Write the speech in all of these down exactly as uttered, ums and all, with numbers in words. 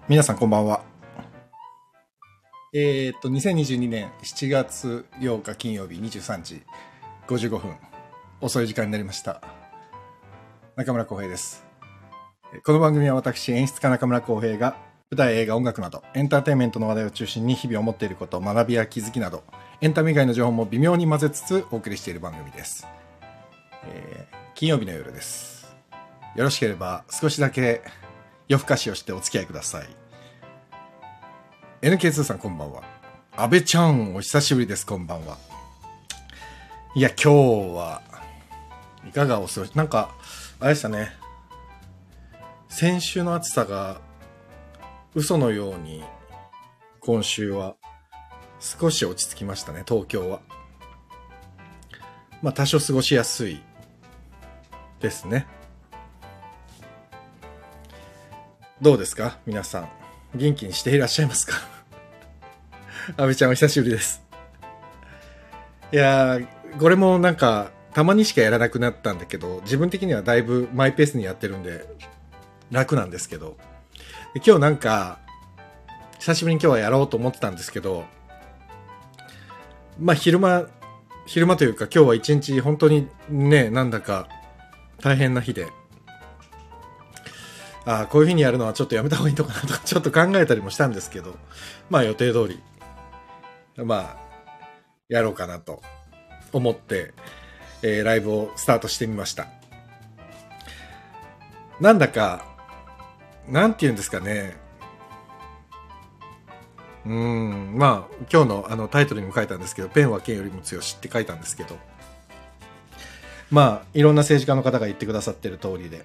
皆さんこんばんは。えー、っと、にせんにじゅうにねんしちがつようか金曜日にじゅうさんじごじゅうごふん、遅い時間になりました。中村浩平です。この番組は私、演出家中村浩平が、舞台、映画、音楽など、エンターテインメントの話題を中心に日々思っていること、学びや気づきなど、エンタメ以外の情報も微妙に混ぜつつお送りしている番組です。えー、金曜日の夜です。よろしければ少しだけ夜更かしをしてお付き合いください。エヌケーツー さんこんばんは。安倍ちゃんお久しぶりです。こんばんは。いや今日はいかがお過ごし、なんかあれでしたね、先週の暑さが嘘のように今週は少し落ち着きましたね。東京はまあ多少過ごしやすいですね。どうですか皆さん、元気にしていらっしゃいますか？安倍ちゃんお久しぶりです。いやー、これもなんかたまにしかやらなくなったんだけど、自分的にはだいぶマイペースにやってるんで楽なんですけど、で今日なんか久しぶりに今日はやろうと思ってたんですけど、まあ昼間昼間というか今日は一日本当にね、なんだか大変な日で、ああこういう日にやるのはちょっとやめた方がいいのかなとかちょっと考えたりもしたんですけど、まあ予定通りまあやろうかなと思って、えー、ライブをスタートしてみました。なんだかなんて言うんですかね、うーんまあ今日のあのタイトルにも書いたんですけど、ペンは剣よりも強しって書いたんですけど、まあいろんな政治家の方が言ってくださってる通りで、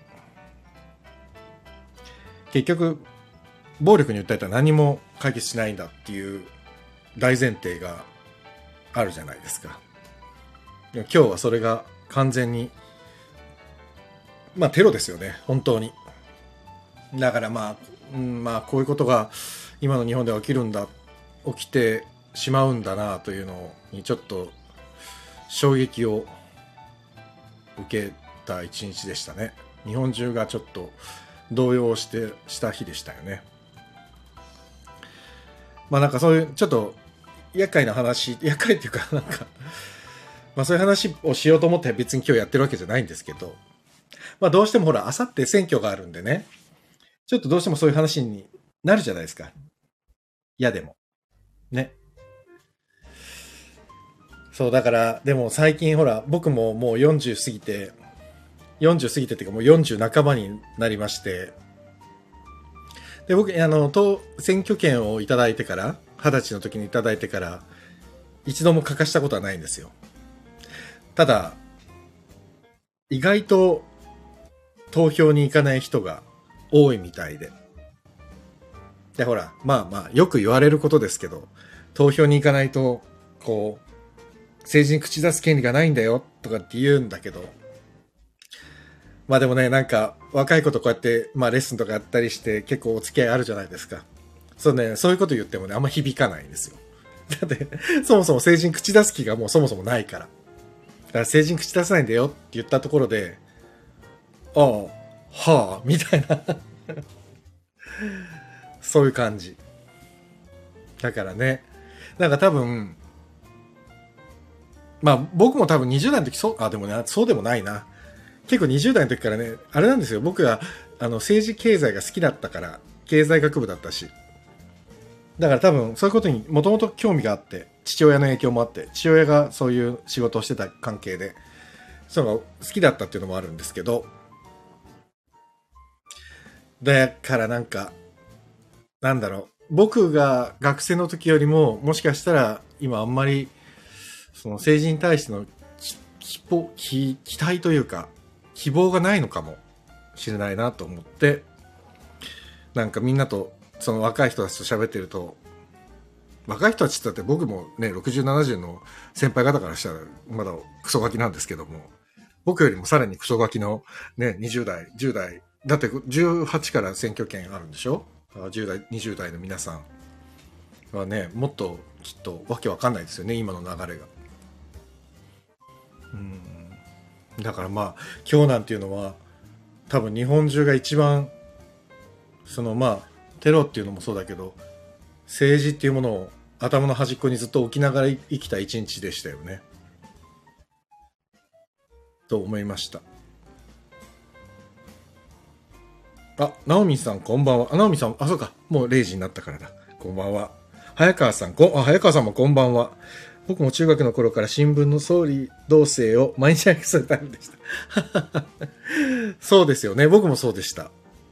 結局暴力に訴えたら何も解決しないんだっていう大前提があるじゃないですか。今日はそれが完全にまあテロですよね、本当に。だからまあ、うん、まあこういうことが今の日本では起きるんだ、起きてしまうんだなというのにちょっと衝撃を受けた一日でしたね。日本中がちょっと動揺してした日でしたよね。まあなんかそういうちょっと厄介な話、厄介っていうかなんかまあそういう話をしようと思って別に今日やってるわけじゃないんですけど、まあどうしてもほら、あさって選挙があるんでね、ちょっとどうしてもそういう話になるじゃないですか。嫌でも。ね。そう、だから、でも最近ほら、僕ももうよんじゅう過ぎて、よんじゅう過ぎてっていうかもうよんじゅう半ばになりまして、で、僕、あの、党、選挙権をいただいてから、二十歳の時にいただいてから、一度も欠かしたことはないんですよ。ただ、意外と投票に行かない人が多いみたいで。で、ほら、まあまあ、よく言われることですけど、投票に行かないと、こう、政治に口出す権利がないんだよ、とかって言うんだけど、まあでもね、なんか、若い子とこうやって、まあレッスンとかやったりして、結構お付き合いあるじゃないですか。そうね、そういうこと言ってもね、あんま響かないんですよ。だって、そもそも政治に口出す気がもうそもそもないから。だから政治に口出さないんだよって言ったところで、ああ、はあ、みたいなそういう感じ。だからね、なんか多分、まあ僕も多分にじゅう代の時、そう、あ、でもね、そうでもないな。結構にじゅう代の時からね、あれなんですよ。僕があの政治経済が好きだったから、経済学部だったし。だから多分そういうことにもともと興味があって、父親の影響もあって、父親がそういう仕事をしてた関係で、そういうのが好きだったっていうのもあるんですけど、だからなんか、なんだろう。僕が学生の時よりも、もしかしたら今あんまり、その政治に対しての希望、期期待というか、希望がないのかもしれないなと思って、なんかみんなと、その若い人たちと喋ってると、若い人たちってだって僕もね、ろくじゅう、ななじゅうの先輩方からしたら、まだクソガキなんですけども、僕よりもさらにクソガキのね、にじゅう代、じゅう代、だってじゅうはちから選挙権あるんでしょ？ じゅう 代、にじゅう代の皆さんはね、もっときっとわけわかんないですよね、今の流れが。うん。だからまあ、今日なんていうのは、多分日本中が一番、そのまあ、 テロっていうのもそうだけど、政治っていうものを頭の端っこにずっと置きながら生きた一日でしたよね。と思いました。あ、ナオミさんこんばんは。あ、ナオミさん、あ、そうか。もうれいじになったからだ。こんばんは。早川さん、こあ、早川さんもこんばんは。僕も中学の頃から新聞の総理同棲を毎日開けするタイプでした。そうですよね。僕もそうでした。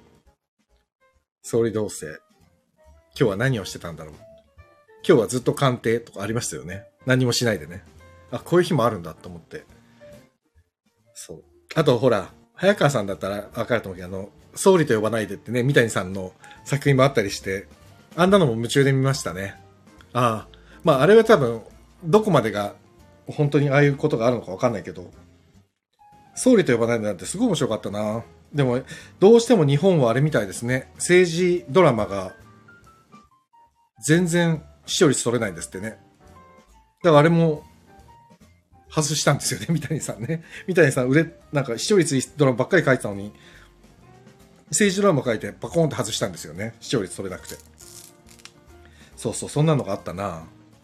総理同棲。今日は何をしてたんだろう。今日はずっと官邸とかありましたよね。何もしないでね。あ、こういう日もあるんだと思って。そう。あと、ほら、早川さんだったら分かると思うけど、あの、総理と呼ばないでってね、三谷さんの作品もあったりして、あんなのも夢中で見ましたね。ああ。まあ、あれは多分、どこまでが本当にああいうことがあるのか分かんないけど、総理と呼ばないでなんてすごい面白かったな。でも、どうしても日本はあれみたいですね。政治ドラマが全然視聴率取れないんですってね。だからあれも外したんですよね、三谷さんね。三谷さん、売れ、なんか視聴率いいドラマばっかり書いてたのに、政治ドラマ書いてパコーンって外したんですよね。視聴率取れなくて。そうそう、そんなのがあったな。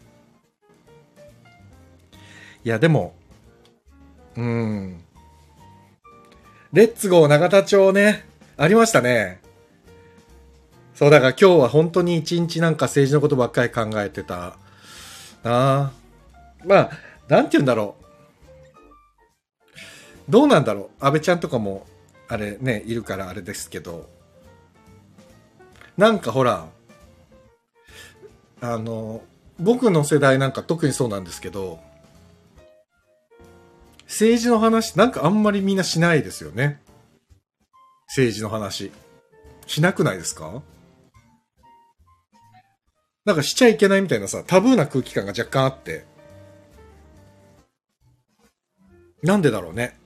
いや、でも、うーん。レッツゴー永田町ね。ありましたね。そう、だから今日は本当に一日なんか政治のことばっかり考えてたな。まあ、なんて言うんだろう。どうなんだろう。安倍ちゃんとかも、あれね、いるからあれですけど。なんかほら、あの、僕の世代なんか特にそうなんですけど、政治の話なんかあんまりみんなしないですよね。政治の話。しなくないですか？なんかしちゃいけないみたいなさ、タブーな空気感が若干あって。なんでだろうね。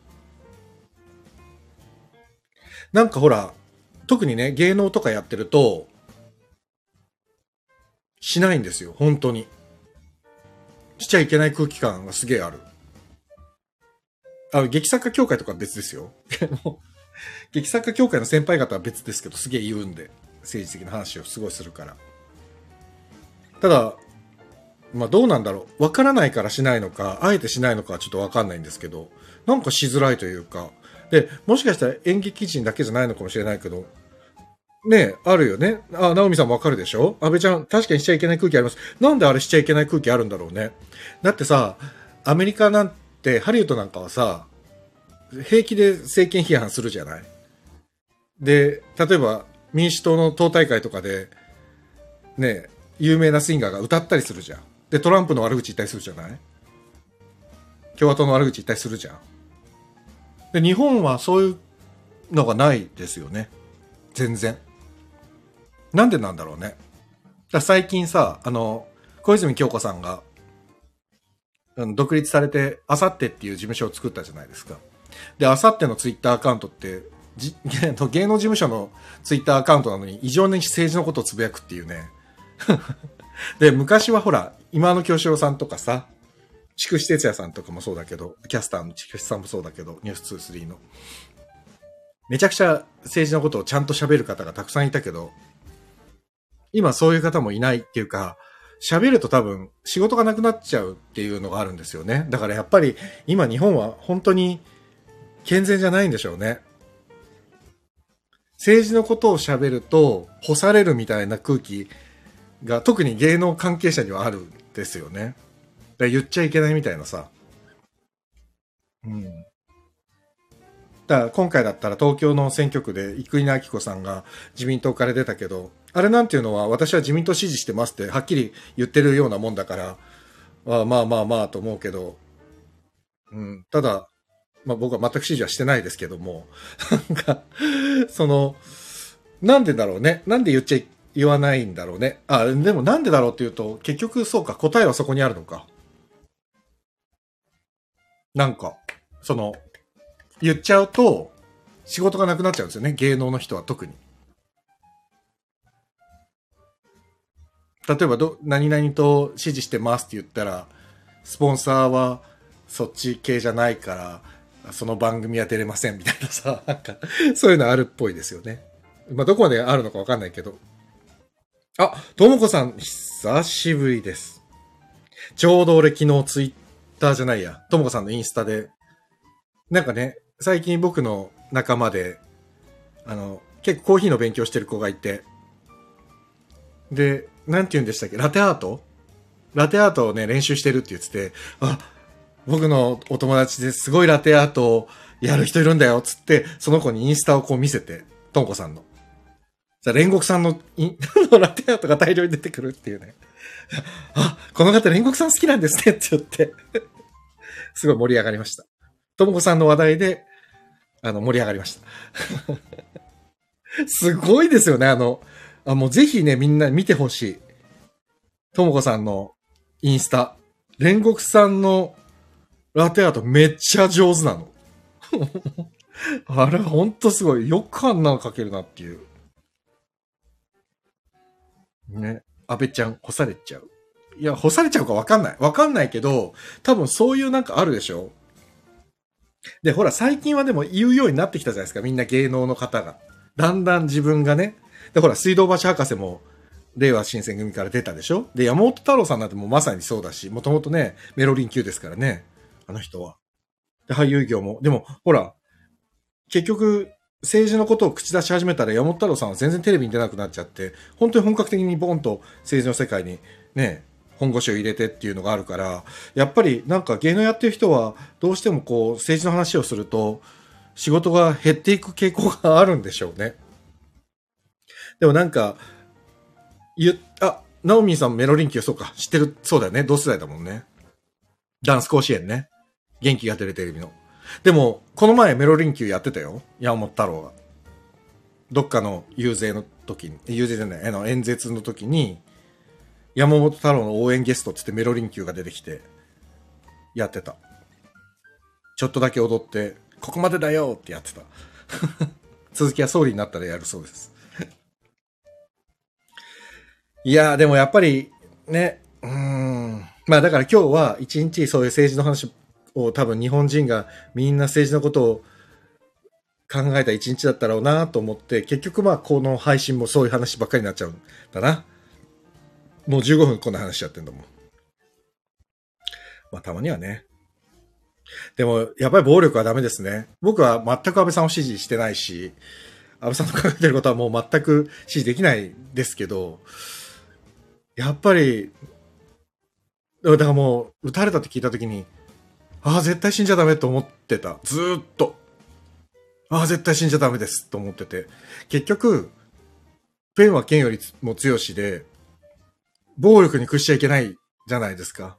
なんかほら、特にね、芸能とかやってると、しないんですよ、本当に。しちゃいけない空気感がすげえある。あ、劇作家協会とかは別ですよ。劇作家協会の先輩方は別ですけど、すげえ言うんで、政治的な話をすごいするから。ただ、まあどうなんだろう。わからないからしないのか、あえてしないのかはちょっとわかんないんですけど、なんかしづらいというか、で、もしかしたら演劇人だけじゃないのかもしれないけど、ねえ、あるよね。あ、直美さんもわかるでしょ？安倍ちゃん、確かにしちゃいけない空気あります。なんであれしちゃいけない空気あるんだろうね。だってさ、アメリカなんて、ハリウッドなんかはさ、平気で政権批判するじゃない。で、例えば民主党の党大会とかで、ね、有名なシンガーが歌ったりするじゃん。で、トランプの悪口言ったりするじゃない。共和党の悪口言ったりするじゃん。で、日本はそういうのがないですよね。全然。なんでなんだろうね。だ最近さ、あの、小泉京子さんが、独立されて、あさってっていう事務所を作ったじゃないですか。で、あさってのツイッターアカウントって、じ芸能事務所のツイッターアカウントなのに異常に政治のことをつぶやくっていうね。で、昔はほら、今の京志郎さんとかさ、筑紫哲也さんとかもそうだけど、キャスターの筑紫さんもそうだけど、ニュースにじゅうさんの。めちゃくちゃ政治のことをちゃんと喋る方がたくさんいたけど、今そういう方もいないっていうか、喋ると多分仕事がなくなっちゃうっていうのがあるんですよね。だからやっぱり今日本は本当に健全じゃないんでしょうね。政治のことを喋ると干されるみたいな空気が特に芸能関係者にはあるんですよね。だから言っちゃいけないみたいなさ。うん。だから今回だったら東京の選挙区で生稲晃子さんが自民党から出たけど、あれなんていうのは私は自民党支持してますってはっきり言ってるようなもんだから、まあまあまあまあと思うけど、うん、ただ、まあ僕は全く支持はしてないですけども、なんか、その、なんでだろうね。なんで言っちゃい、言わないんだろうね。あ、でもなんでだろうっていうと、結局そうか、答えはそこにあるのか。なんか、その、言っちゃうと、仕事がなくなっちゃうんですよね。芸能の人は特に。例えばど、何々と指示してますって言ったら、スポンサーはそっち系じゃないから、その番組は出れませんみたいなさ、なんか、そういうのあるっぽいですよね。まあ、どこまであるのかわかんないけど。 あ、ともこさん、久しぶりです。ちょうど俺昨日ツイッターじゃないや、ともこさんのインスタで、なんかね、最近僕の仲間で、あの、結構コーヒーの勉強してる子がいて、で、なんて言うんでしたっけ、ラテアートラテアートをね、練習してるって言ってて、あ、僕のお友達ですごいラテアートをやる人いるんだよ、つって、その子にインスタをこう見せて、ともこさんの。じゃあ、煉獄さんのインラテアートが大量に出てくるっていうね。あ、この方煉獄さん好きなんですねって言って、すごい盛り上がりました。ともこさんの話題で、あの、盛り上がりました。すごいですよね、あの、あ、もうぜひね、みんな見てほしい。ともこさんのインスタ。煉獄さんのラテアートめっちゃ上手なの。あれ、ほんとすごい。よくあんなの描けるなっていう。ね。安倍ちゃん、干されちゃう。いや、干されちゃうかわかんない。わかんないけど、多分そういうなんかあるでしょ。で、ほら、最近はでも言うようになってきたじゃないですか。みんな芸能の方が。だんだん自分がね。で、ほら、水道橋博士も、令和新選組から出たでしょ。で、山本太郎さんなんてもうまさにそうだし、もともとね、メロリン級ですからね。あの人は。で、俳優業も。でも、ほら、結局、政治のことを口出し始めたら山本太郎さんは全然テレビに出なくなっちゃって、本当に本格的にボンと政治の世界にね、本腰を入れてっていうのがあるから、やっぱりなんか芸能やってる人はどうしてもこう政治の話をすると仕事が減っていく傾向があるんでしょうね。でもなんか、ゆ、あ、ナオミンさんメロリン級そうか、知ってる、そうだよね、同世代だもんね。ダンス甲子園ね。元気が出るテレビの。でも、この前メロリン級やってたよ。山本太郎が。どっかの遊説の時に、遊説じゃない、あの演説の時に、山本太郎の応援ゲストってってメロリン級が出てきて、やってた。ちょっとだけ踊って、ここまでだよってやってた。続きは総理になったらやるそうです。いやー、でもやっぱり、ね、うーん。まあだから今日は一日そういう政治の話を多分日本人がみんな政治のことを考えた一日だったろうなと思って、結局まあこの配信もそういう話ばっかりになっちゃうんだな。もうじゅうごふんこんな話しちゃってんだもん。まあたまにはね。でもやっぱり暴力はダメですね。僕は全く安倍さんを支持してないし、安倍さんの考えてることはもう全く支持できないですけど、やっぱり、だからもう撃たれたって聞いたときに、ああ、絶対死んじゃダメと思ってた。ずーっと。ああ、絶対死んじゃダメですと思ってて。結局、ペンは剣よりも強しで、暴力に屈しちゃいけないじゃないですか。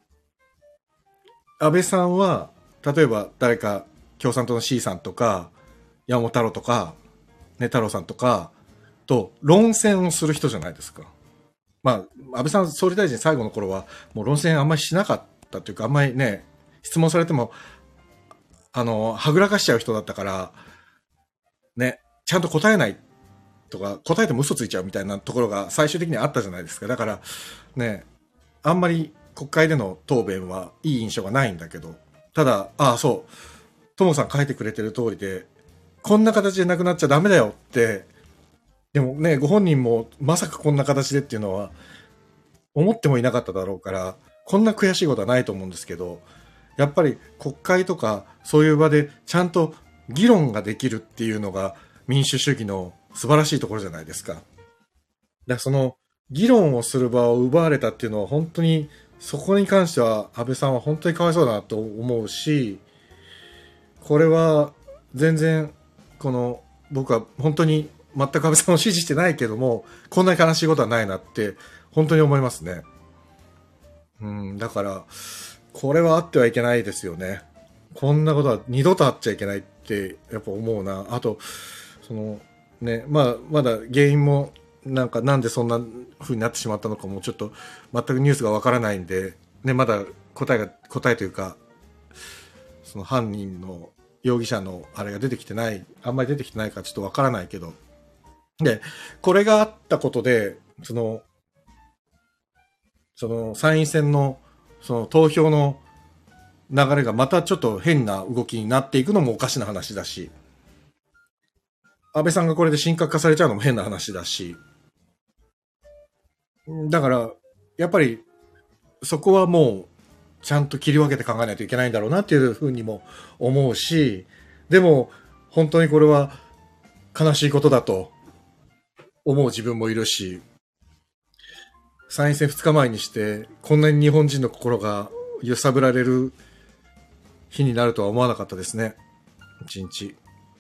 安倍さんは、例えば誰か共産党の C さんとか、山本太郎とか、ね、太郎さんとか、と論戦をする人じゃないですか。まあ、安倍さん総理大臣最後の頃は、もう論戦あんまりしなかったというか、あんまりね、質問されても、あの、はぐらかしちゃう人だったから、ね、ちゃんと答えないとか、答えても嘘ついちゃうみたいなところが最終的にあったじゃないですか。だから、ね、あんまり国会での答弁はいい印象がないんだけど、ただ、ああ、そう、ともさん書いてくれてる通りで、こんな形でなくなっちゃダメだよって、でもね、ご本人もまさかこんな形でっていうのは思ってもいなかっただろうから、こんな悔しいことはないと思うんですけど、やっぱり国会とかそういう場でちゃんと議論ができるっていうのが民主主義の素晴らしいところじゃないですか。だからその議論をする場を奪われたっていうのは本当にそこに関しては安倍さんは本当にかわいそうだなと思うし、これは全然この僕は本当に全く安倍さんを支持してないけども、こんなに悲しいことはないなって本当に思いますね。うん、だからこれはあってはいけないですよね。こんなことは二度とあっちゃいけないってやっぱ思うな。あとそのね、まあまだ原因もなんかなんでそんな風になってしまったのかもちょっと全くニュースがわからないんで、ね、まだ答えが答えというかその犯人の容疑者のあれが出てきてない、あんまり出てきてないかちょっとわからないけど、でこれがあったことでそのその参院選のその投票の流れがまたちょっと変な動きになっていくのもおかしな話だし、安倍さんがこれで神格化されちゃうのも変な話だし、 だから、やっぱり、そこはもう、ちゃんと切り分けて考えないといけないんだろうなっていうふうにも思うし、でも、本当にこれは悲しいことだと思う自分もいるし、参院選ふつかまえにして、こんなに日本人の心が揺さぶられる日になるとは思わなかったですね。一日。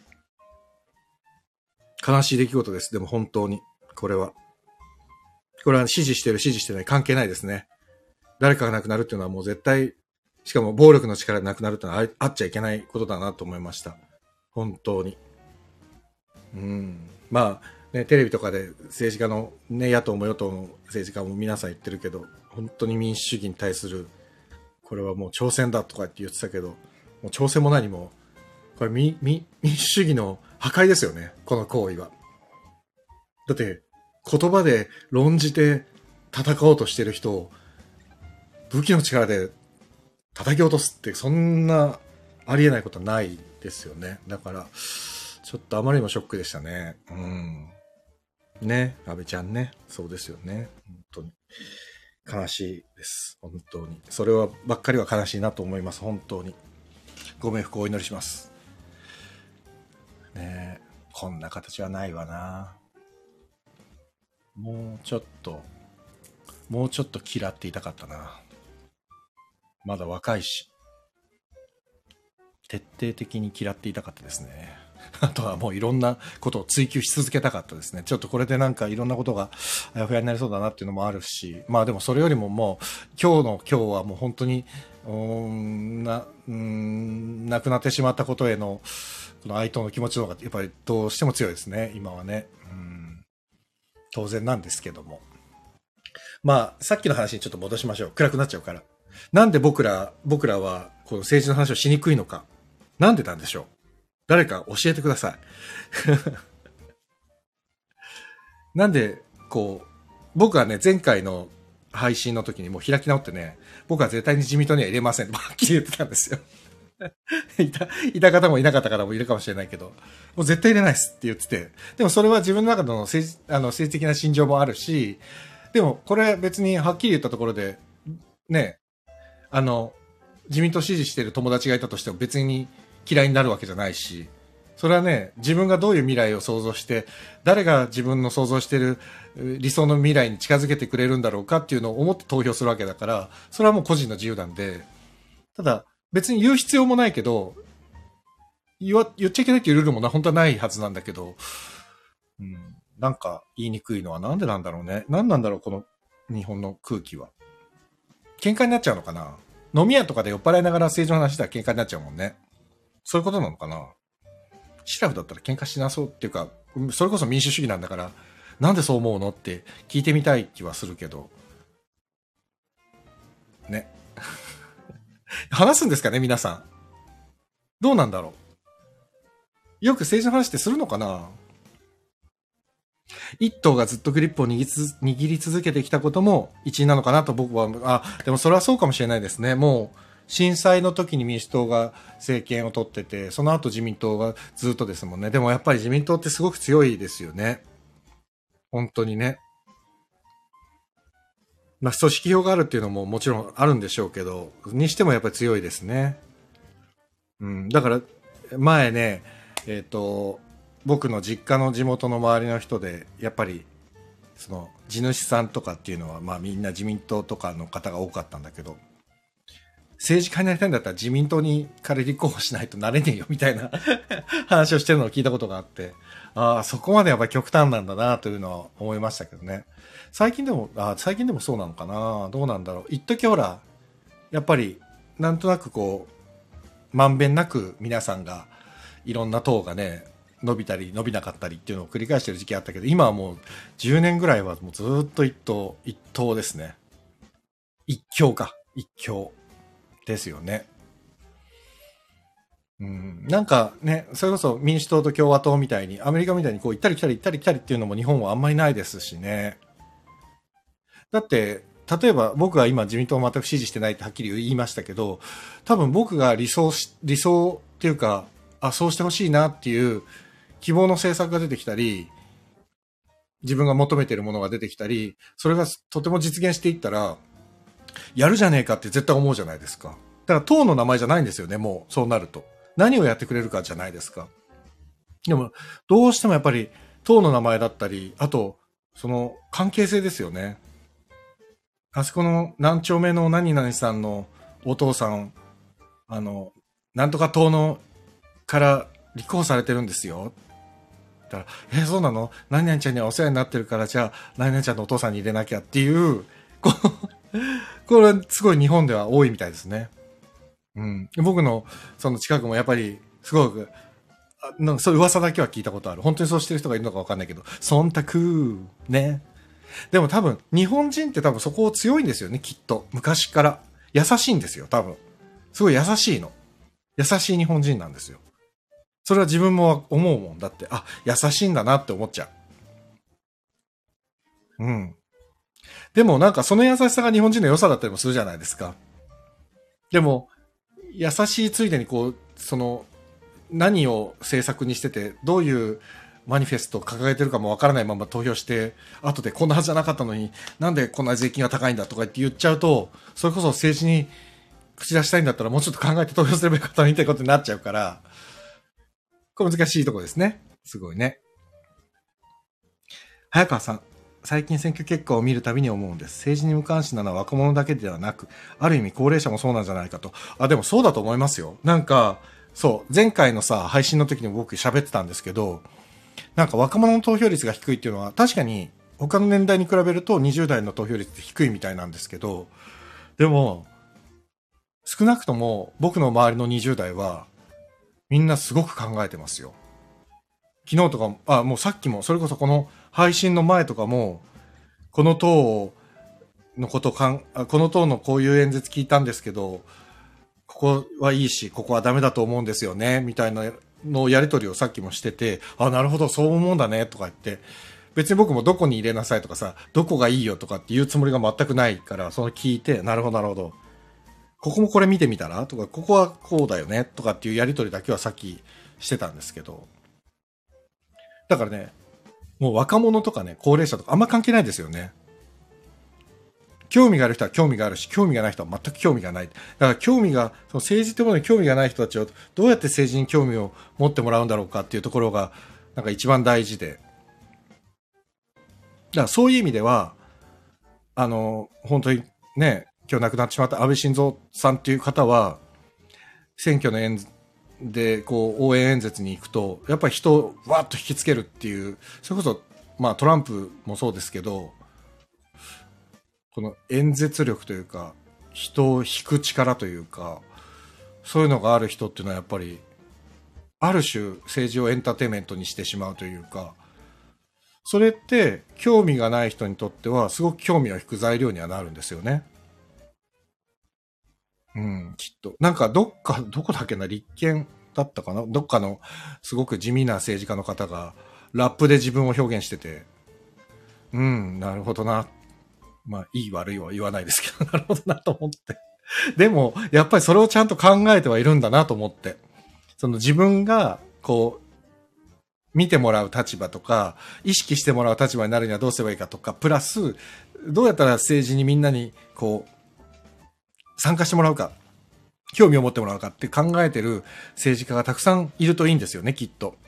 悲しい出来事です。でも本当に。これは。これは支持してる支持してない関係ないですね。誰かが亡くなるっていうのはもう絶対、しかも暴力の力で亡くなるっていうのはあっちゃいけないことだなと思いました。本当に。うん。まあ、ね、テレビとかで政治家の、ね、野党も与党の政治家も皆さん言ってるけど、本当に民主主義に対する、これはもう挑戦だとかって言ってたけど、もう挑戦も何も、これ民、民、民主主義の破壊ですよね、この行為は。だって、言葉で論じて戦おうとしてる人を、武器の力で叩き落とすって、そんなありえないことはないですよね。だから、ちょっとあまりにもショックでしたね。うん。ね、安倍ちゃんね。そうですよね。本当に。悲しいです。本当に。それはばっかりは悲しいなと思います。本当に。ご冥福をお祈りします。ねえ、こんな形はないわな。もうちょっと、もうちょっと嫌っていたかったな。まだ若いし。徹底的に嫌っていたかったですね。あとはもういろんなことを追求し続けたかったですね。ちょっとこれでなんかいろんなことがあやふやになりそうだなっていうのもあるし、まあでもそれよりももう今日の今日はもう本当にうーんなうーん亡くなってしまったことへのこの哀悼の気持ちの方がやっぱりどうしても強いですね。今はね。うん当然なんですけども。まあさっきの話にちょっと戻しましょう。暗くなっちゃうから。なんで僕ら僕らはこの政治の話をしにくいのか。なんでなんでしょう。誰か教えてください。なんで、こう、僕はね、前回の配信の時にもう開き直ってね、僕は絶対に自民党には入れません。はっきり言ってたんですよ。いた、いた方もいなかった方もいるかもしれないけど、もう絶対入れないですって言ってて、でもそれは自分の中の政治、あの政治的な心情もあるし、でもこれ別にはっきり言ったところで、ね、あの、自民党支持している友達がいたとしても別に嫌いになるわけじゃないし、それはね、自分がどういう未来を想像して、誰が自分の想像している理想の未来に近づけてくれるんだろうかっていうのを思って投票するわけだから、それはもう個人の自由なんで、ただ別に言う必要もないけど、言わ言っちゃいけないっていうルールもな本当はないはずなんだけど、うん、なんか言いにくいのはなんでなんだろうね。なんなんだろう、この日本の空気は。喧嘩になっちゃうのかな。飲み屋とかで酔っ払いながら政治の話したら喧嘩になっちゃうもんね。そういうことなのかな。シラフだったら喧嘩しなそうっていうか、それこそ民主主義なんだから、なんでそう思うのって聞いてみたい気はするけど。ね。話すんですかね、皆さん。どうなんだろう。よく政治の話ってするのかな。一党がずっとグリップを握りつ握り続けてきたことも一因なのかなと僕は、あ、でもそれはそうかもしれないですね。もう、震災の時に民主党が政権を取ってて、その後自民党がずっとですもんね。でもやっぱり自民党ってすごく強いですよね。本当にね。まあ、組織票があるっていうのももちろんあるんでしょうけど、にしてもやっぱり強いですね。うん、だから、前ね、えっと、僕の実家の地元の周りの人で、やっぱり、その、地主さんとかっていうのは、まあみんな自民党とかの方が多かったんだけど、政治家になりたいんだったら自民党にから立候補しないとなれねえよみたいな話をしてるのを聞いたことがあって、ああ、そこまでやっぱり極端なんだなというのは思いましたけどね。最近でも、あ最近でもそうなのかな、どうなんだろう。一時ほら、やっぱり、なんとなくこう、まんべんなく皆さんが、いろんな党がね、伸びたり伸びなかったりっていうのを繰り返してる時期あったけど、今はもうじゅうねんぐらいはもうずっと一党、一党ですね。一強か。一強ですよね。うん、なんかね、それこそ民主党と共和党みたいに、アメリカみたいにこう行ったり来たり行ったり来たりっていうのも日本はあんまりないですしね。だって、例えば僕が今自民党を全く支持してないってはっきり言いましたけど、多分僕が理想し、理想っていうか、あ、そうしてほしいなっていう希望の政策が出てきたり、 自分が求めているものが出てきたり、それがとても実現していったら、やるじゃねえかって絶対思うじゃないですか。だから党の名前じゃないんですよね、もうそうなると。何をやってくれるかじゃないですか。でも、どうしてもやっぱり党の名前だったり、あと、その関係性ですよね。あそこの何丁目の何々さんのお父さん、あの、なんとか党のから立候補されてるんですよ。だから、えー、そうなの？何々ちゃんにはお世話になってるから、じゃあ、何々ちゃんのお父さんに入れなきゃっていう、ここれすごい日本では多いみたいですね。うん。僕のその近くもやっぱり、すごく、なんかそういう噂だけは聞いたことある。本当にそうしてる人がいるのかわかんないけど、忖度、ね。でも多分、日本人って多分そこ強いんですよね、きっと。昔から。優しいんですよ、多分。すごい優しいの。優しい日本人なんですよ。それは自分も思うもんだって、あ、優しいんだなって思っちゃう。うん。でもなんかその優しさが日本人の良さだったりもするじゃないですか。でも、優しいついでにこう、その、何を政策にしてて、どういうマニフェストを掲げてるかもわからないまま投票して、後でこんなはずじゃなかったのに、なんでこんな税金が高いんだとかって言っちゃうと、それこそ政治に口出したいんだったらもうちょっと考えて投票すればよかったのにってことになっちゃうから、これ難しいところですね。すごいね。早川さん、最近選挙結果を見るたびに思うんです。政治に無関心なのは若者だけではなく、ある意味高齢者もそうなんじゃないかと。あ、でもそうだと思いますよ。なんか、そう、前回のさ、配信の時に僕喋ってたんですけど、なんか若者の投票率が低いっていうのは、確かに他の年代に比べるとにじゅう代の投票率って低いみたいなんですけど、でも、少なくとも僕の周りのにじゅう代は、みんなすごく考えてますよ。昨日とかも、あ、もうさっきも、それこそこの配信の前とかも、この党のことかん、この党のこういう演説聞いたんですけど、ここはいいし、ここはダメだと思うんですよね、みたいなのやり取りをさっきもしてて、あ、なるほど、そう思うんだね、とか言って、別に僕もどこに入れなさいとかさ、どこがいいよとかって言うつもりが全くないから、その聞いて、なるほど、なるほど。ここもこれ見てみたらとか、ここはこうだよねとかっていうやり取りだけはさっきしてたんですけど。だからね、もう若者とかね、高齢者とかあんま関係ないですよね。興味がある人は興味があるし、興味がない人は全く興味がない。だから興味が、その政治ってものに興味がない人たちをどうやって政治に興味を持ってもらうんだろうかっていうところが、なんか一番大事で。だからそういう意味では、あの、本当にね、今日亡くなってしまった安倍晋三さんっていう方は、選挙の演で、こう、応援演説に行くと、やっぱり人をわーっと引きつけるっていう、それこそ、まあトランプもそうですけど、この演説力というか、人を引く力というか、そういうのがある人っていうのはやっぱり、ある種政治をエンターテインメントにしてしまうというか、それって興味がない人にとってはすごく興味を引く材料にはなるんですよね。うん、きっと。なんかどっか、どこだっけな、立憲だったかな、どっかのすごく地味な政治家の方がラップで自分を表現してて、うん、なるほどな。まあ、いい悪いは言わないですけど、なるほどなと思って。でも、やっぱりそれをちゃんと考えてはいるんだなと思って。その自分が、こう、見てもらう立場とか、意識してもらう立場になるにはどうすればいいかとか、プラス、どうやったら政治にみんなに、こう、参加してもらうか、興味を持ってもらうかって考えてる政治家がたくさんいるといいんですよね、きっと。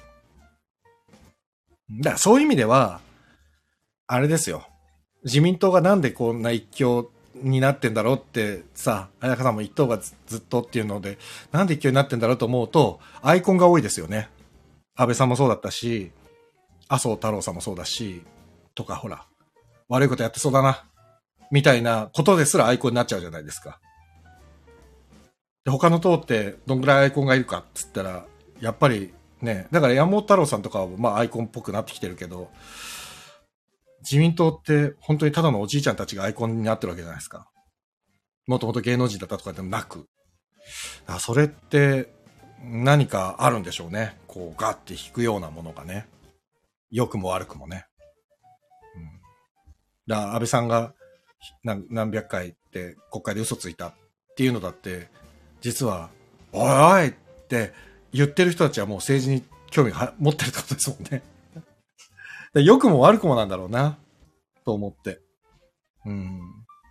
だからそういう意味では、あれですよ。自民党がなんでこんな一強になってんだろうってさ、綾香さんも一党がずずっとっていうので、なんで一強になってんだろうと思うと、アイコンが多いですよね。安倍さんもそうだったし、麻生太郎さんもそうだし、とかほら、悪いことやってそうだな、みたいなことですらアイコンになっちゃうじゃないですか。で、他の党ってどんぐらいアイコンがいるかっつったら、やっぱりね、だから山本太郎さんとかはまあアイコンっぽくなってきてるけど、自民党って本当にただのおじいちゃんたちがアイコンになってるわけじゃないですか。もともと芸能人だったとかでもなく。あ、それって何かあるんでしょうね。こうガッて引くようなものがね。良くも悪くもね。うん、だから安倍さんが何何百回って国会で嘘ついたっていうのだって、実は、おいおいって言ってる人たちはもう政治に興味が持ってるってことですもんね。 で良くも悪くもなんだろうな、と思って。うん。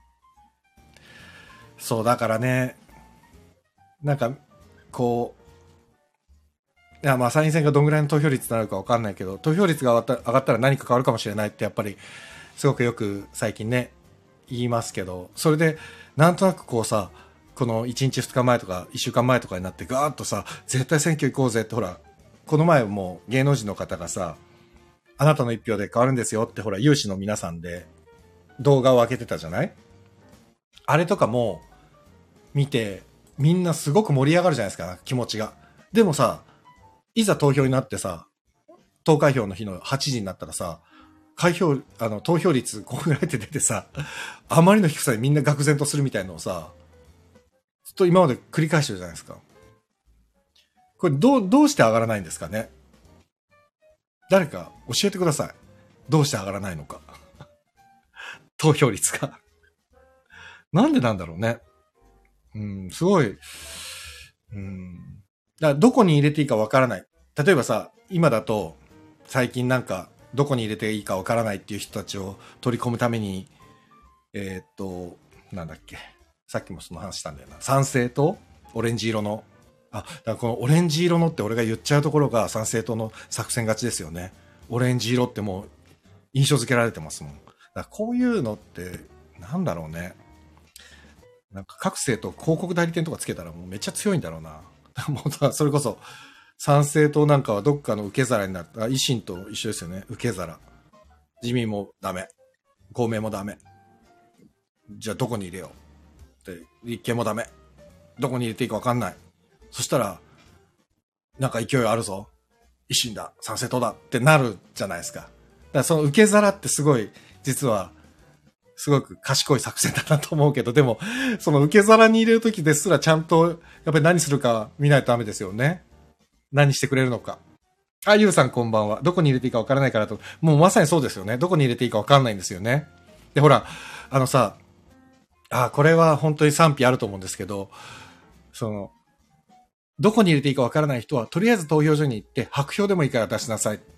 そう、だからね、なんか、こう、いや、まあ参院選がどんぐらいの投票率になるかわかんないけど、投票率が上がった上がったら何か変わるかもしれないってやっぱり、すごくよく最近ね、言いますけど、それで、なんとなくこうさ、このいちにちふつかまえとかいっしゅうかんまえとかになってガーッとさ、絶対選挙行こうぜってほら、この前も芸能人の方がさ、あなたの一票で変わるんですよってほら、有志の皆さんで動画を上げてたじゃない？あれとかも見て、みんなすごく盛り上がるじゃないですか、気持ちが。でもさ、いざ投票になってさ、投開票の日のはちじになったらさ、開票、あの、投票率こんぐらいって出てさ、あまりの低さでみんな愕然とするみたいなのをさ、ずっと今まで繰り返してるじゃないですか。これどう、どうして上がらないんですかね？誰か教えてください。どうして上がらないのか。投票率が。なんでなんだろうね。うん、すごい。うん。だからどこに入れていいかわからない。例えばさ、今だと、最近なんか、どこに入れていいかわからないっていう人たちを取り込むために、えー、っと、なんだっけ。さっきもその話したんだよな。参政党オレンジ色の。あ、だからこのオレンジ色のって俺が言っちゃうところが参政党の作戦勝ちですよね。オレンジ色ってもう印象付けられてますもん。だからこういうのって、なんだろうね。なんか各政党広告代理店とかつけたらもうめっちゃ強いんだろうな。もうそれこそ参政党なんかはどっかの受け皿になった。維新と一緒ですよね。受け皿。自民もダメ。公明もダメ。じゃあどこに入れよう。で、立憲もダメ。どこに入れていいか分かんない。そしたら、なんか勢いあるぞ。維新だ。参政党だ。ってなるじゃないですか。だからその受け皿ってすごい、実は、すごく賢い作戦だなと思うけど、でも、その受け皿に入れるときですらちゃんと、やっぱり何するか見ないとダメですよね。何してくれるのか。あ、ゆうさんこんばんは。どこに入れていいか分からないからと。もうまさにそうですよね。どこに入れていいか分かんないんですよね。で、ほら、あのさ、あ、これは本当に賛否あると思うんですけど、その、どこに入れていいか分からない人は、とりあえず投票所に行って、白票でもいいから出しなさいって、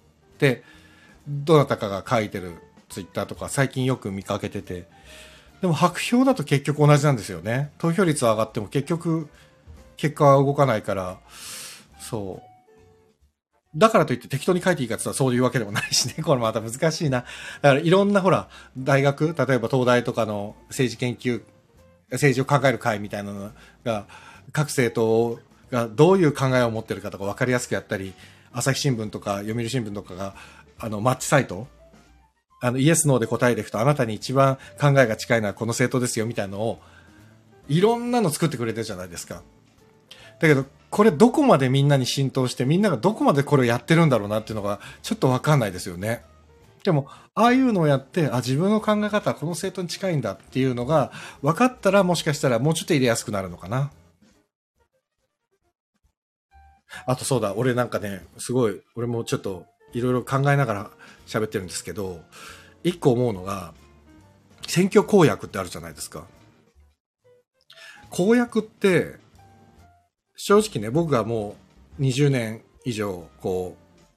どなたかが書いてるツイッターとか最近よく見かけてて、でも白票だと結局同じなんですよね。投票率は上がっても結局、結果は動かないから、そう。だからといって適当に書いていいかって言ったらそういうわけでもないしね。これまた難しいな。だからいろんなほら、大学、例えば東大とかの政治研究、政治を考える会みたいなのが、各政党がどういう考えを持ってるかとか分かりやすくやったり、朝日新聞とか読売新聞とかが、あの、マッチサイト、あの、イエスノーで答えていくと、あなたに一番考えが近いのはこの政党ですよみたいなのを、いろんなの作ってくれてるじゃないですか。だけど、これどこまでみんなに浸透して、みんながどこまでこれをやってるんだろうなっていうのが、ちょっとわかんないですよね。でも、ああいうのをやって、あ、自分の考え方はこの政党に近いんだっていうのが、分かったらもしかしたらもうちょっと入れやすくなるのかな。あとそうだ、俺なんかね、すごい、俺もちょっといろいろ考えながら喋ってるんですけど、一個思うのが、選挙公約ってあるじゃないですか。公約って、正直ね、僕がもうにじゅうねん以上、こ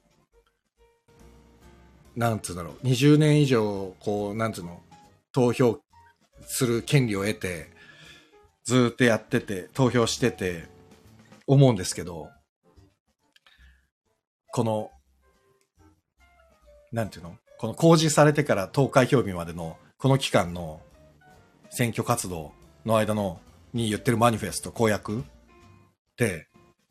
う、なんつうんだろう、にじゅうねん以上、こう、なんつうの、投票する権利を得て、ずっとやってて、投票してて、思うんですけど、この、なんていうのこの公示されてから投開票日までの、この期間の選挙活動の間の、に言ってるマニフェスト、公約って、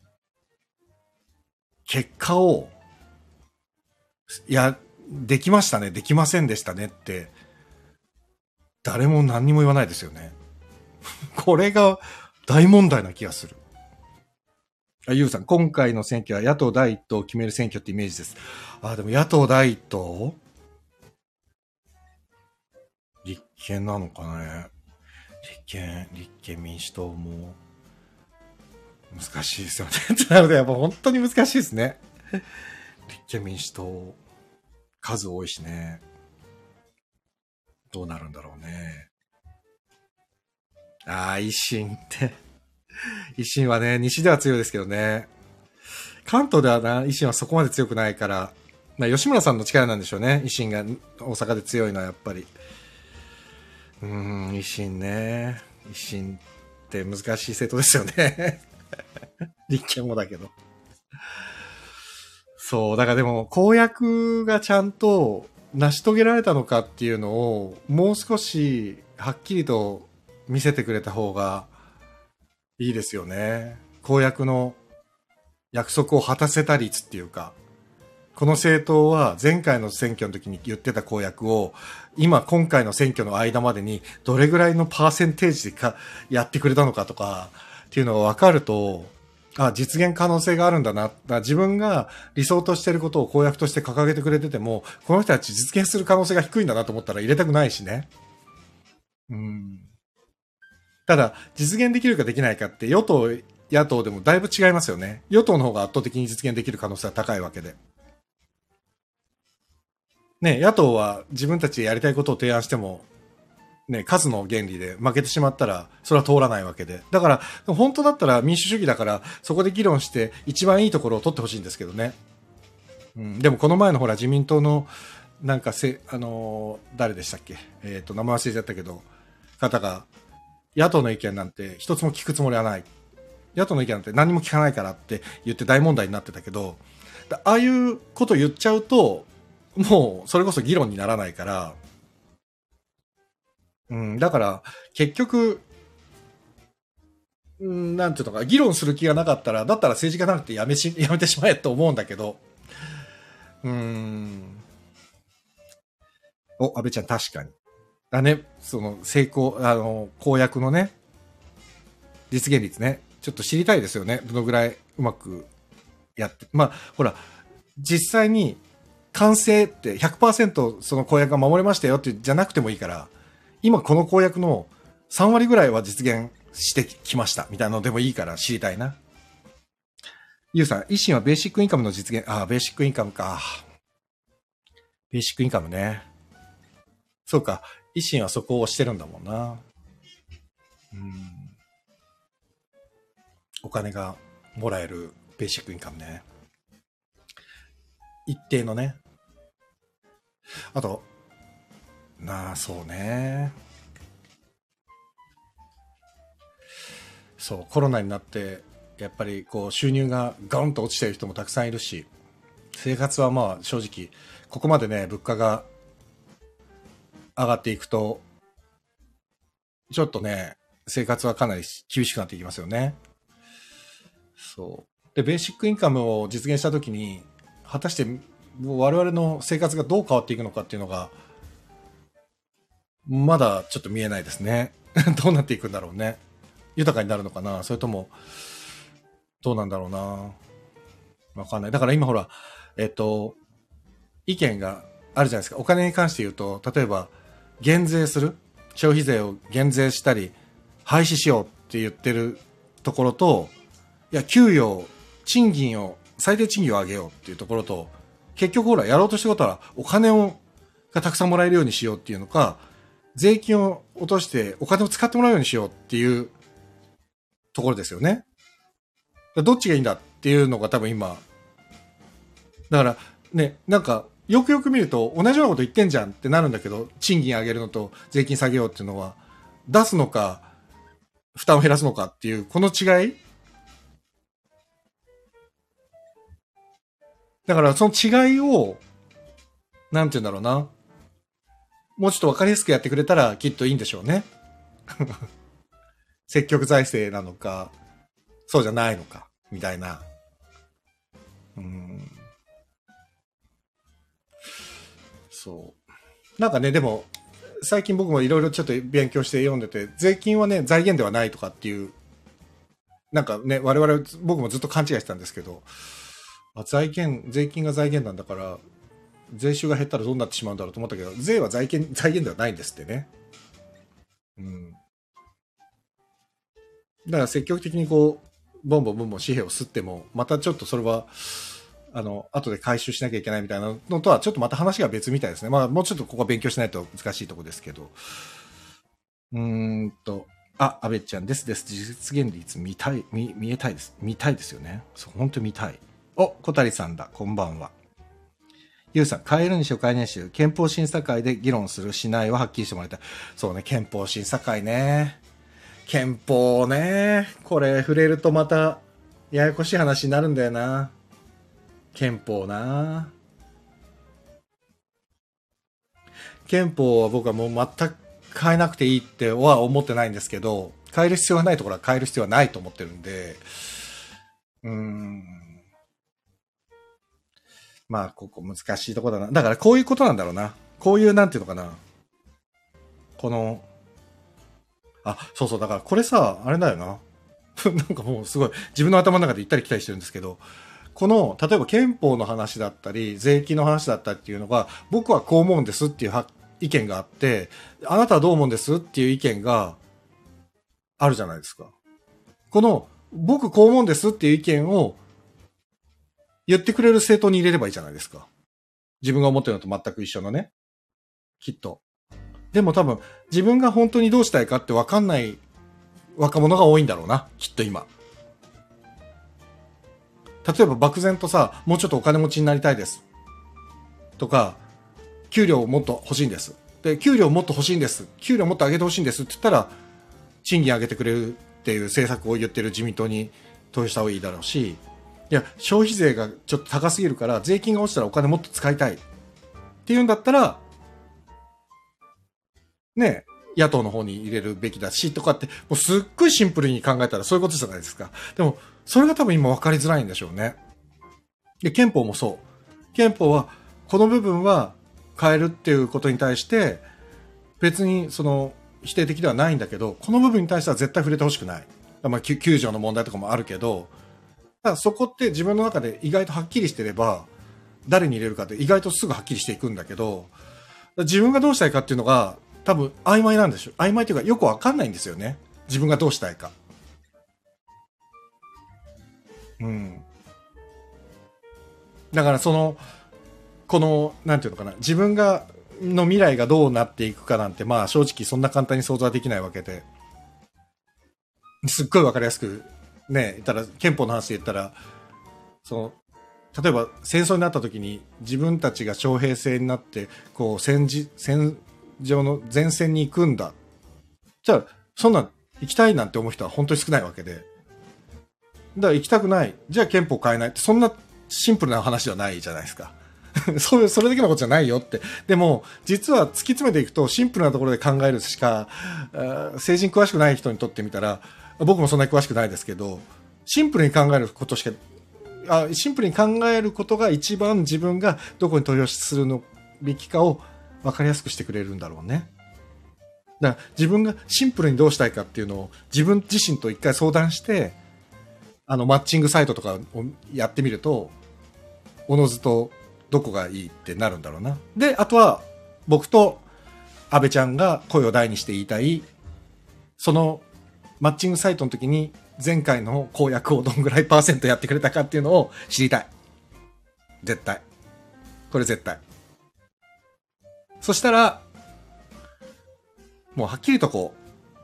結果を、いや、できましたね、できませんでしたねって、誰も何にも言わないですよね。これが大問題な気がする。あ、ゆうさん、今回の選挙は野党第一党を決める選挙ってイメージです。あ、でも野党第一党立憲なのかね。立憲、立憲民主党も難しいですよね。なので、やっぱ本当に難しいですね。立憲民主党、数多いしね。どうなるんだろうね。ああ、維新って。維新はね、西では強いですけどね。関東ではな、維新はそこまで強くないから、 まあ、吉村さんの力なんでしょうね。維新が大阪で強いのはやっぱり。うーん、維新ね。維新って難しい政党ですよね。立憲もだけど。そう、だからでも公約がちゃんと成し遂げられたのかっていうのをもう少しはっきりと見せてくれた方がいいですよね。公約の約束を果たせた率っていうか、この政党は前回の選挙の時に言ってた公約を今今回の選挙の間までにどれぐらいのパーセンテージでかやってくれたのかとかっていうのが分かると、あ、実現可能性があるんだな。だから自分が理想としていることを公約として掲げてくれてても、この人たち実現する可能性が低いんだなと思ったら入れたくないしね。うん。ただ、実現できるかできないかって与党、野党でもだいぶ違いますよね。与党の方が圧倒的に実現できる可能性は高いわけで。ね、野党は自分たちでやりたいことを提案しても、ね、数の原理で負けてしまったら、それは通らないわけで。だから、本当だったら民主主義だから、そこで議論して一番いいところを取ってほしいんですけどね。うん、でもこの前のほら自民党の、なんかせ、あのー誰でしたっけ、えっと、名前忘れちゃったけど、方が、野党の意見なんて一つも聞くつもりはない。野党の意見なんて何も聞かないからって言って大問題になってたけど、ああいうこと言っちゃうと、もうそれこそ議論にならないから、うん、だから結局、うん、なんていうのか、議論する気がなかったら、だったら政治家なんてやめし、やめてしまえと思うんだけど、うーん。お、安倍ちゃん確かに。だね、その成功、あの、公約のね、実現率ね、ちょっと知りたいですよね。どのぐらいうまくやって。まあ、ほら、実際に完成ってひゃくパーセントその公約が守れましたよってじゃなくてもいいから、今この公約のさん割ぐらいは実現してきましたみたいなのでもいいから知りたいな。ゆうさん、維新はベーシックインカムの実現、ああ、ベーシックインカムか。ベーシックインカムね。そうか、維新はそこをしてるんだもんな。うん。お金がもらえるベーシックインカムね。一定のね。あと、なあ、そうね。そう、コロナになって、やっぱりこう収入がガンと落ちてる人もたくさんいるし、生活はまあ正直、ここまでね、物価が上がっていくと、ちょっとね、生活はかなり厳しくなっていきますよね。そう。で、ベーシックインカムを実現したときに、果たしてもう我々の生活がどう変わっていくのかっていうのが、まだちょっと見えないですね。どうなっていくんだろうね。豊かになるのかな、それとも、どうなんだろうな。わかんない。だから今ほら、えっと、意見があるじゃないですか。お金に関して言うと、例えば、減税する、消費税を減税したり、廃止しようって言ってるところと、いや、給与、賃金を、最低賃金を上げようっていうところと、結局ほら、やろうとしてることは、お金を、がたくさんもらえるようにしようっていうのか、税金を落としてお金を使ってもらうようにしようっていうところですよね。どっちがいいんだっていうのが多分今、だからね、なんか、よくよく見ると同じようなこと言ってんじゃんってなるんだけど、賃金上げるのと税金下げようっていうのは、出すのか、負担を減らすのかっていう、この違い、だからその違いを、なんて言うんだろうな。もうちょっとわかりやすくやってくれたらきっといいんでしょうね。積極財政なのか、そうじゃないのか、みたいな。うん、そう。なんかね、でも、最近僕もいろいろちょっと勉強して読んでて、税金はね、財源ではないとかっていう、なんかね、我々、僕もずっと勘違いしてたんですけど、あ、財源、税金が財源なんだから、税収が減ったらどうなってしまうんだろうと思ったけど、税は財源、財源ではないんですってね。うん。だから積極的にこう、ボンボンボンボン紙幣を吸っても、またちょっとそれは、あの、後で回収しなきゃいけないみたいなのとは、ちょっとまた話が別みたいですね。まあ、もうちょっとここは勉強しないと難しいところですけど。うーんと、あ、安倍ちゃんですです。実現率見たい、見、見えたいです。見たいですよね。そう、本当に見たい。お、小谷さんだ。こんばんは。 ゆうさん、変えるにしろ変えないにしろ、憲法審査会で議論するしないははっきりしてもらいたい。そうね、憲法審査会ね。憲法ね。これ触れるとまた、ややこしい話になるんだよな。憲法な。憲法は僕はもう全く変えなくていいっては思ってないんですけど、変える必要がないところは変える必要はないと思ってるんで、うーん。まあ、ここ難しいところだな。だからこういうことなんだろうな。こういう、なんていうのかな。この、あ、そうそう、だからこれさ、あれだよな。なんかもうすごい、自分の頭の中で行ったり来たりしてるんですけど、この、例えば憲法の話だったり、税金の話だったりっていうのが、僕はこう思うんですっていうは意見があって、あなたはどう思うんですっていう意見があるじゃないですか。この、僕こう思うんですっていう意見を言ってくれる政党に入れればいいじゃないですか。自分が思ってるのと全く一緒のね。きっと。でも多分、自分が本当にどうしたいかって分かんない若者が多いんだろうな。きっと今。例えば漠然とさ、もうちょっとお金持ちになりたいです。とか、給料もっと欲しいんです。で、給料もっと欲しいんです。給料もっと上げて欲しいんですって言ったら、賃金上げてくれるっていう政策を言ってる自民党に投票した方がいいだろうし、いや、消費税がちょっと高すぎるから、税金が落ちたらお金もっと使いたいっていうんだったら、ね、野党の方に入れるべきだし、とかって、もうすっごいシンプルに考えたらそういうことじゃないですか。でも、それが多分今分かりづらいんでしょうね。で、憲法もそう。憲法は、この部分は変えるっていうことに対して、別にその否定的ではないんだけど、この部分に対しては絶対触れてほしくない。まあ、きゅう条の問題とかもあるけど、ただそこって自分の中で意外とはっきりしてれば、誰に入れるかって意外とすぐはっきりしていくんだけど、自分がどうしたいかっていうのが多分曖昧なんでしょ。曖昧というかよくわかんないんですよね。自分がどうしたいか。うん。だからその、この、なんていうのかな、自分が、の未来がどうなっていくかなんて、まあ正直そんな簡単に想像はできないわけで、すっごいわかりやすく、ね、言ったら、憲法の話で言ったら、その、例えば戦争になった時に自分たちが徴兵制になって、こう戦時、戦場の前線に行くんだ。じゃあ、そんな行きたいなんて思う人は本当に少ないわけで。だから行きたくない。じゃあ憲法変えないって、そんなシンプルな話ではないじゃないですか。そういう、それだけのことじゃないよって。でも、実は突き詰めていくと、シンプルなところで考えるしか、政治に詳しくない人にとってみたら、僕もそんなに詳しくないですけど、シンプルに考えることしか、あシンプルに考えることが一番自分がどこに投票するのべきかを分かりやすくしてくれるんだろうね。だから自分がシンプルにどうしたいかっていうのを自分自身と一回相談して、あの、マッチングサイトとかをやってみると、おのずとどこがいいってなるんだろうな。で、あとは僕と安倍ちゃんが声を大にして言いたい、そのマッチングサイトの時に前回の公約をどんぐらいパーセントやってくれたかっていうのを知りたい。絶対。これ絶対。そしたら、もうはっきりとこ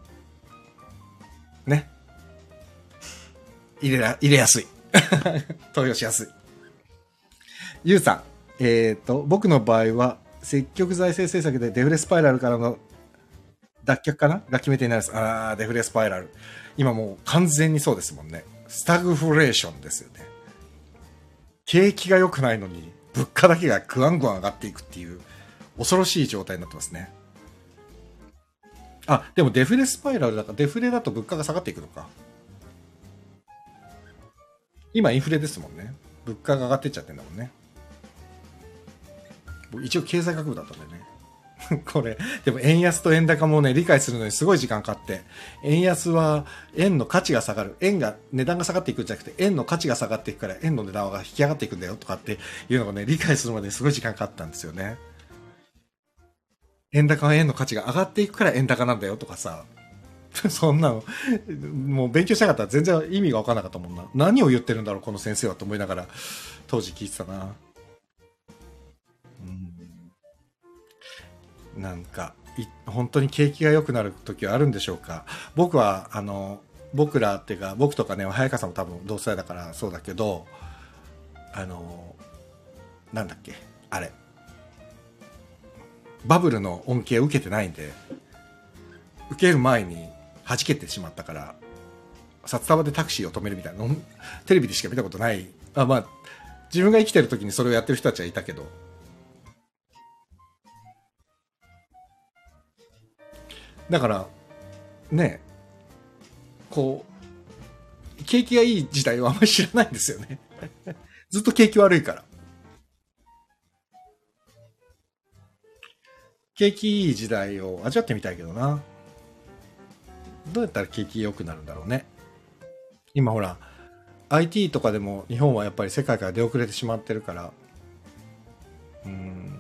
う、ね。入れら、入れやすい。投票しやすい。ゆうさん。えっと、僕の場合は、積極財政政策でデフレスパイラルからの脱却かなが決め手になるです。あー、デフレスパイラル。今もう完全にそうですもんね。スタグフレーションですよね。景気が良くないのに、物価だけがグワングワン上がっていくっていう、恐ろしい状態になってますね。あ、でもデフレスパイラルだから、デフレだと物価が下がっていくのか。今インフレですもんね。物価が上がってっちゃってんだもんね。一応経済学部だったんだよね。これ、でも円安と円高もね、理解するのにすごい時間かかって、円安は円の価値が下がる。円が、値段が下がっていくんじゃなくて、円の価値が下がっていくから、円の値段が引き上がっていくんだよとかっていうのがね、理解するまですごい時間かかったんですよね。円高は円の価値が上がっていくから円高なんだよとかさ、そんなの、もう勉強しなかったら全然意味が分からなかったもんな。何を言ってるんだろう、この先生はと思いながら、当時聞いてたな。うん、なんか、本当に景気が良くなる時はあるんでしょうか。僕は、あの、僕らっていうか、僕とかね、早川さんも多分同世代だからそうだけど、あの、なんだっけ、あれ、 バブルの恩恵を受けてないんで、受ける前に弾けてしまったから、札束でタクシーを止めるみたいなのテレビでしか見たことない。あ、まあ自分が生きてる時にそれをやってる人たちはいたけど、だからね、こう景気がいい時代はあんまり知らないんですよねずっと景気悪いから。景気いい時代を味わってみたいけどな。どうやったら景気良くなるんだろうね。今ほら アイティー とかでも日本はやっぱり世界から出遅れてしまってるから、うーん、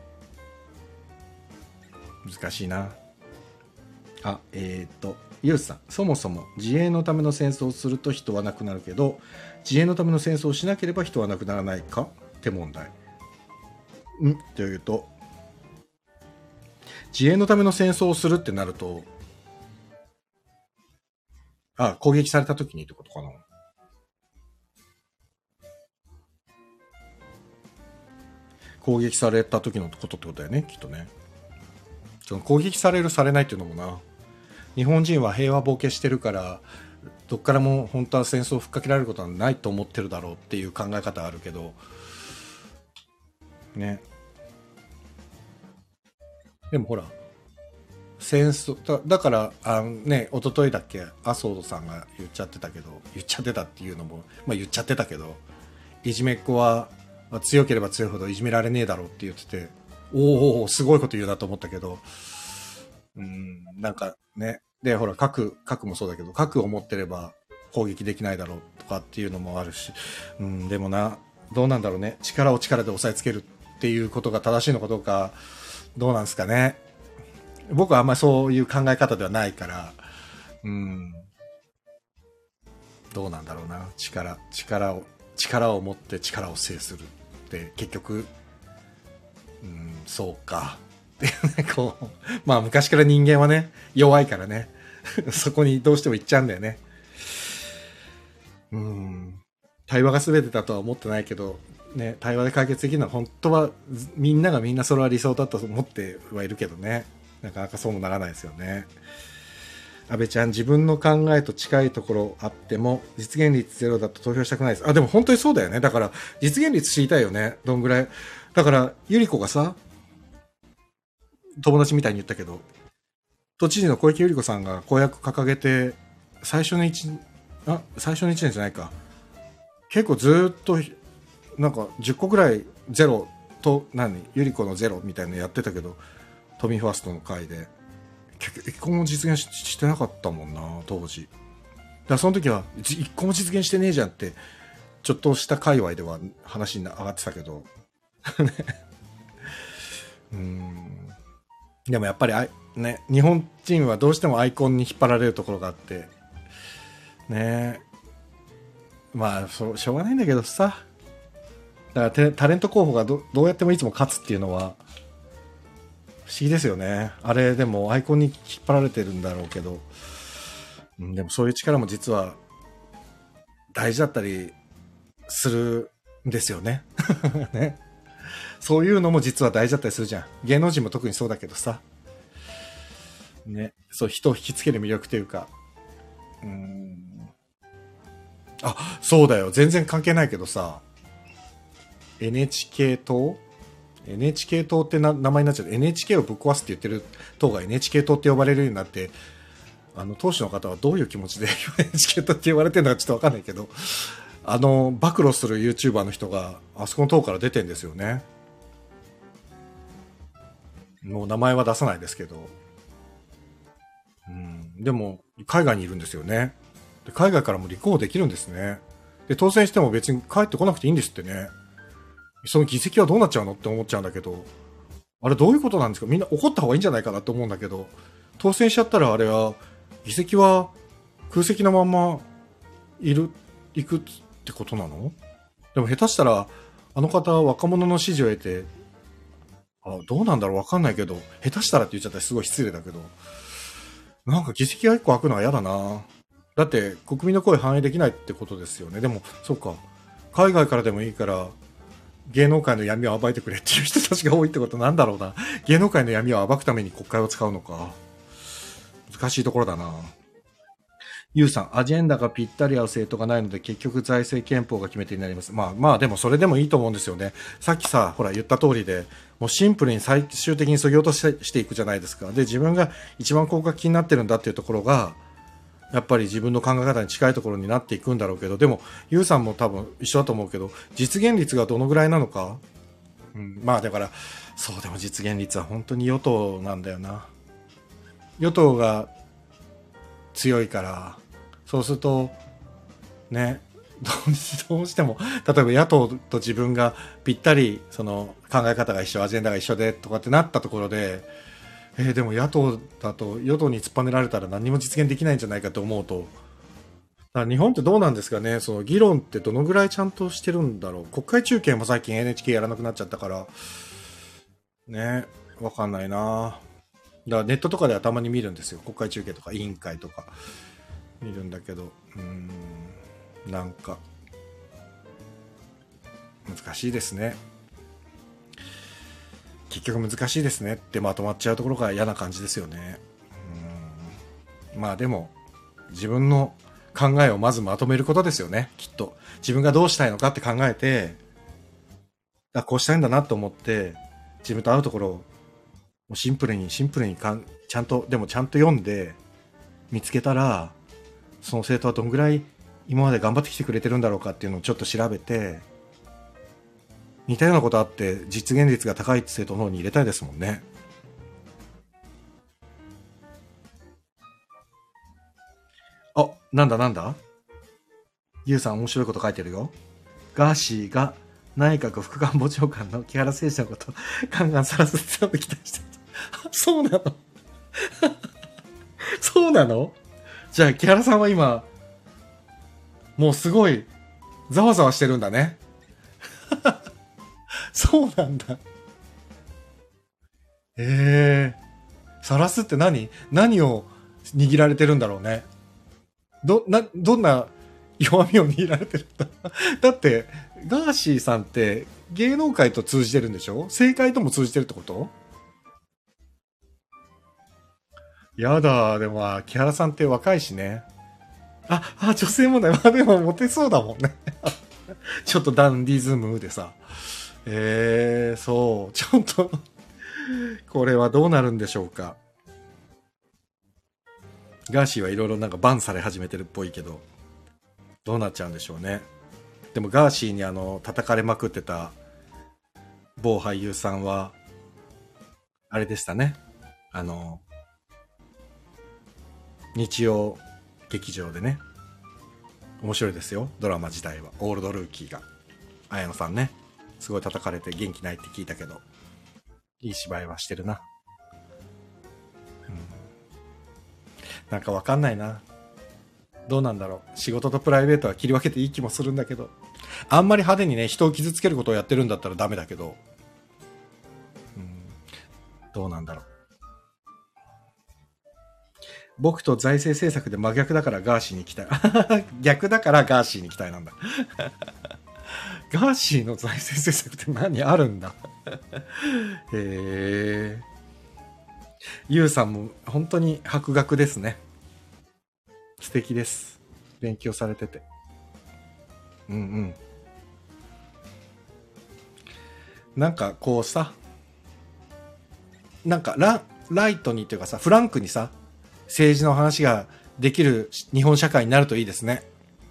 難しいな。あ、えっ、ー、とユースさん、そもそも自衛のための戦争をすると人はなくなるけど、自衛のための戦争をしなければ人はなくならないかって問題。んというと、自衛のための戦争をするってなると、あ、攻撃された時にってことかな。攻撃された時のことってことだよね、きっとね。その攻撃されるされないっていうのもな、日本人は平和ボケしてるからどっからも本当は戦争をふっかけられることはないと思ってるだろうっていう考え方あるけどね。でもほら戦争 だ, だからあのね、一昨日だっけ麻生さんが言っちゃってたけど、言っちゃってたっていうのも、まあ、言っちゃってたけど、いじめっ子は強ければ強いほどいじめられねえだろうって言ってて、おおすごいこと言うなと思ったけど、うん、なんかね、でほら核核もそうだけど、核を持ってれば攻撃できないだろうとかっていうのもあるし、うん、でもな、どうなんだろうね、力を力で押さえつけるっていうことが正しいのかどうか、どうなんですかね。僕はあんまりそういう考え方ではないから、うん、どうなんだろうな。力力を力を持って力を制するって結局、うん、そうかってね、こう、まあ昔から人間はね弱いからねそこにどうしても行っちゃうんだよね。うん、対話が全てだとは思ってないけどね、対話で解決できるのは本当はみんながみんなそれは理想だと思ってはいるけどね、なかなかそうもならないですよね。安倍ちゃん、自分の考えと近いところあっても実現率ゼロだと投票したくないです。あ、でも本当にそうだよね。だから実現率知りたいよね、どんぐらい。だからゆり子がさ、友達みたいに言ったけど、都知事の小池百合子さんが公約掲げて最初の一あ最初のいちねんじゃないか、結構ずっとなんかじゅっこぐらいゼロと何ゆり子のゼロみたいなのやってたけど、都民ファーストの会で結局一個も実現 し, してなかったもんな当時。だからその時は一個も実現してねえじゃんってちょっとした界隈では話に上がってたけどうーん、でもやっぱりあ、ね、日本人はどうしてもアイコンに引っ張られるところがあってね。まあそしょうがないんだけどさ、だからタレント候補が ど, どうやってもいつも勝つっていうのは不思議ですよね。あれでもアイコンに引っ張られてるんだろうけど、うん、でもそういう力も実は大事だったりするんですよねね、そういうのも実は大事だったりするじゃん。芸能人も特にそうだけどさ、ね、そう人を引きつける魅力というか、うーん、あ、そうだよ、全然関係ないけどさ、 エヌエイチケー 党 エヌエイチケー 党ってな名前になっちゃう。 エヌエイチケー をぶっ壊すって言ってる党が エヌエイチケー 党って呼ばれるようになって、あの党首の方はどういう気持ちで エヌエイチケー 党って言われてるのかちょっと分かんないけど、あの暴露する YouTuber の人があそこの党から出てんですよね。もう名前は出さないですけど、うん、でも海外にいるんですよね。で海外からも立候補できるんですね。で当選しても別に帰ってこなくていいんですってね。その議席はどうなっちゃうのって思っちゃうんだけど、あれどういうことなんですか。みんな怒った方がいいんじゃないかなと思うんだけど、当選しちゃったらあれは議席は空席のままいる行くってことなの。でも下手したらあの方は若者の支持を得て、あ、どうなんだろう、わかんないけど、下手したらって言っちゃったらすごい失礼だけど、なんか議席がいっこ空くのは嫌だな。だって国民の声反映できないってことですよね。でもそうか、海外からでもいいから芸能界の闇を暴いてくれっていう人たちが多いってことなんだろうな。芸能界の闇を暴くために国会を使うのか。難しいところだな。ゆうさん、アジェンダがぴったり合う政党がないので結局財政憲法が決め手になります。まあまあでもそれでもいいと思うんですよね。さっきさ、ほら言った通りで、もうシンプルに最終的に削ぎ落としてしていくじゃないですか。で、自分が一番効果的になってるんだっていうところが、やっぱり自分の考え方に近いところになっていくんだろうけど、でも、ゆうさんも多分一緒だと思うけど、実現率がどのぐらいなのか、うん、まあだから、そうでも実現率は本当に与党なんだよな。与党が強いから、そうすると、ね、どうどうしても、例えば野党と自分がぴったり、その考え方が一緒、アジェンダが一緒でとかってなったところで、えー、でも野党だと与党に突っぱねられたら何も実現できないんじゃないかと思うと、だから日本ってどうなんですかね。その議論ってどのぐらいちゃんとしてるんだろう。国会中継も最近 エヌエイチケー やらなくなっちゃったからね、わかんないな。だからネットとかではたまに見るんですよ。国会中継とか委員会とか見るんだけど、うーん、なんか難しいですね。結局難しいですねってまとまっちゃうところが嫌な感じですよね。うん、まあでも自分の考えをまずまとめることですよね。きっと自分がどうしたいのかって考えて、あ、こうしたいんだなと思って自分と合うところをもうシンプルにシンプルにかんちゃんとでもちゃんと読んで見つけたら、その生徒はどんぐらい今まで頑張ってきてくれてるんだろうかっていうのをちょっと調べて、似たようなことあって実現率が高い生徒の方に入れたいですもんね。あ、なんだなんだ、ゆうさん面白いこと書いてるよ。ガーシーが内閣副官房長官の木原誠二のことをガンガンさらすってのを期待してる。そうなのそうなの。じゃあ木原さんは今もうすごいざわざわしてるんだね。そうなんだ。ええー、さらすって何何を握られてるんだろうね。ど、な、どんな弱みを握られてるんだだって、ガーシーさんって芸能界と通じてるんでしょ。政界とも通じてるってこと。やだ、でも、木原さんって若いしね。あ、あ、女性問題。まあでもモテそうだもんね。ちょっとダンディズムでさ。えー、そう。ちょっとこれはどうなるんでしょうか。ガーシーはいろいろなんかバンされ始めてるっぽいけど、どうなっちゃうんでしょうね。でもガーシーにあの叩かれまくってた某俳優さんはあれでしたね。あの日曜劇場でね、面白いですよ、ドラマ自体は。オールドルーキーが綾野さんね、すごい叩かれて元気ないって聞いたけど、いい芝居はしてるな。うん、なんかわかんないな。どうなんだろう。仕事とプライベートは切り分けていい気もするんだけど、あんまり派手にね人を傷つけることをやってるんだったらダメだけど、うん、どうなんだろう。僕と財政政策で真逆だからガーシーに行きたい。逆だからガーシーに行きたいなんだ。ガーシーの財政政策って何あるんだ。へえ。ユウさんも本当に博学ですね。素敵です。勉強されてて。うんうん。なんかこうさ、なんかラ、ライトにっていうかさ、フランクにさ、政治の話ができる日本社会になるといいですね。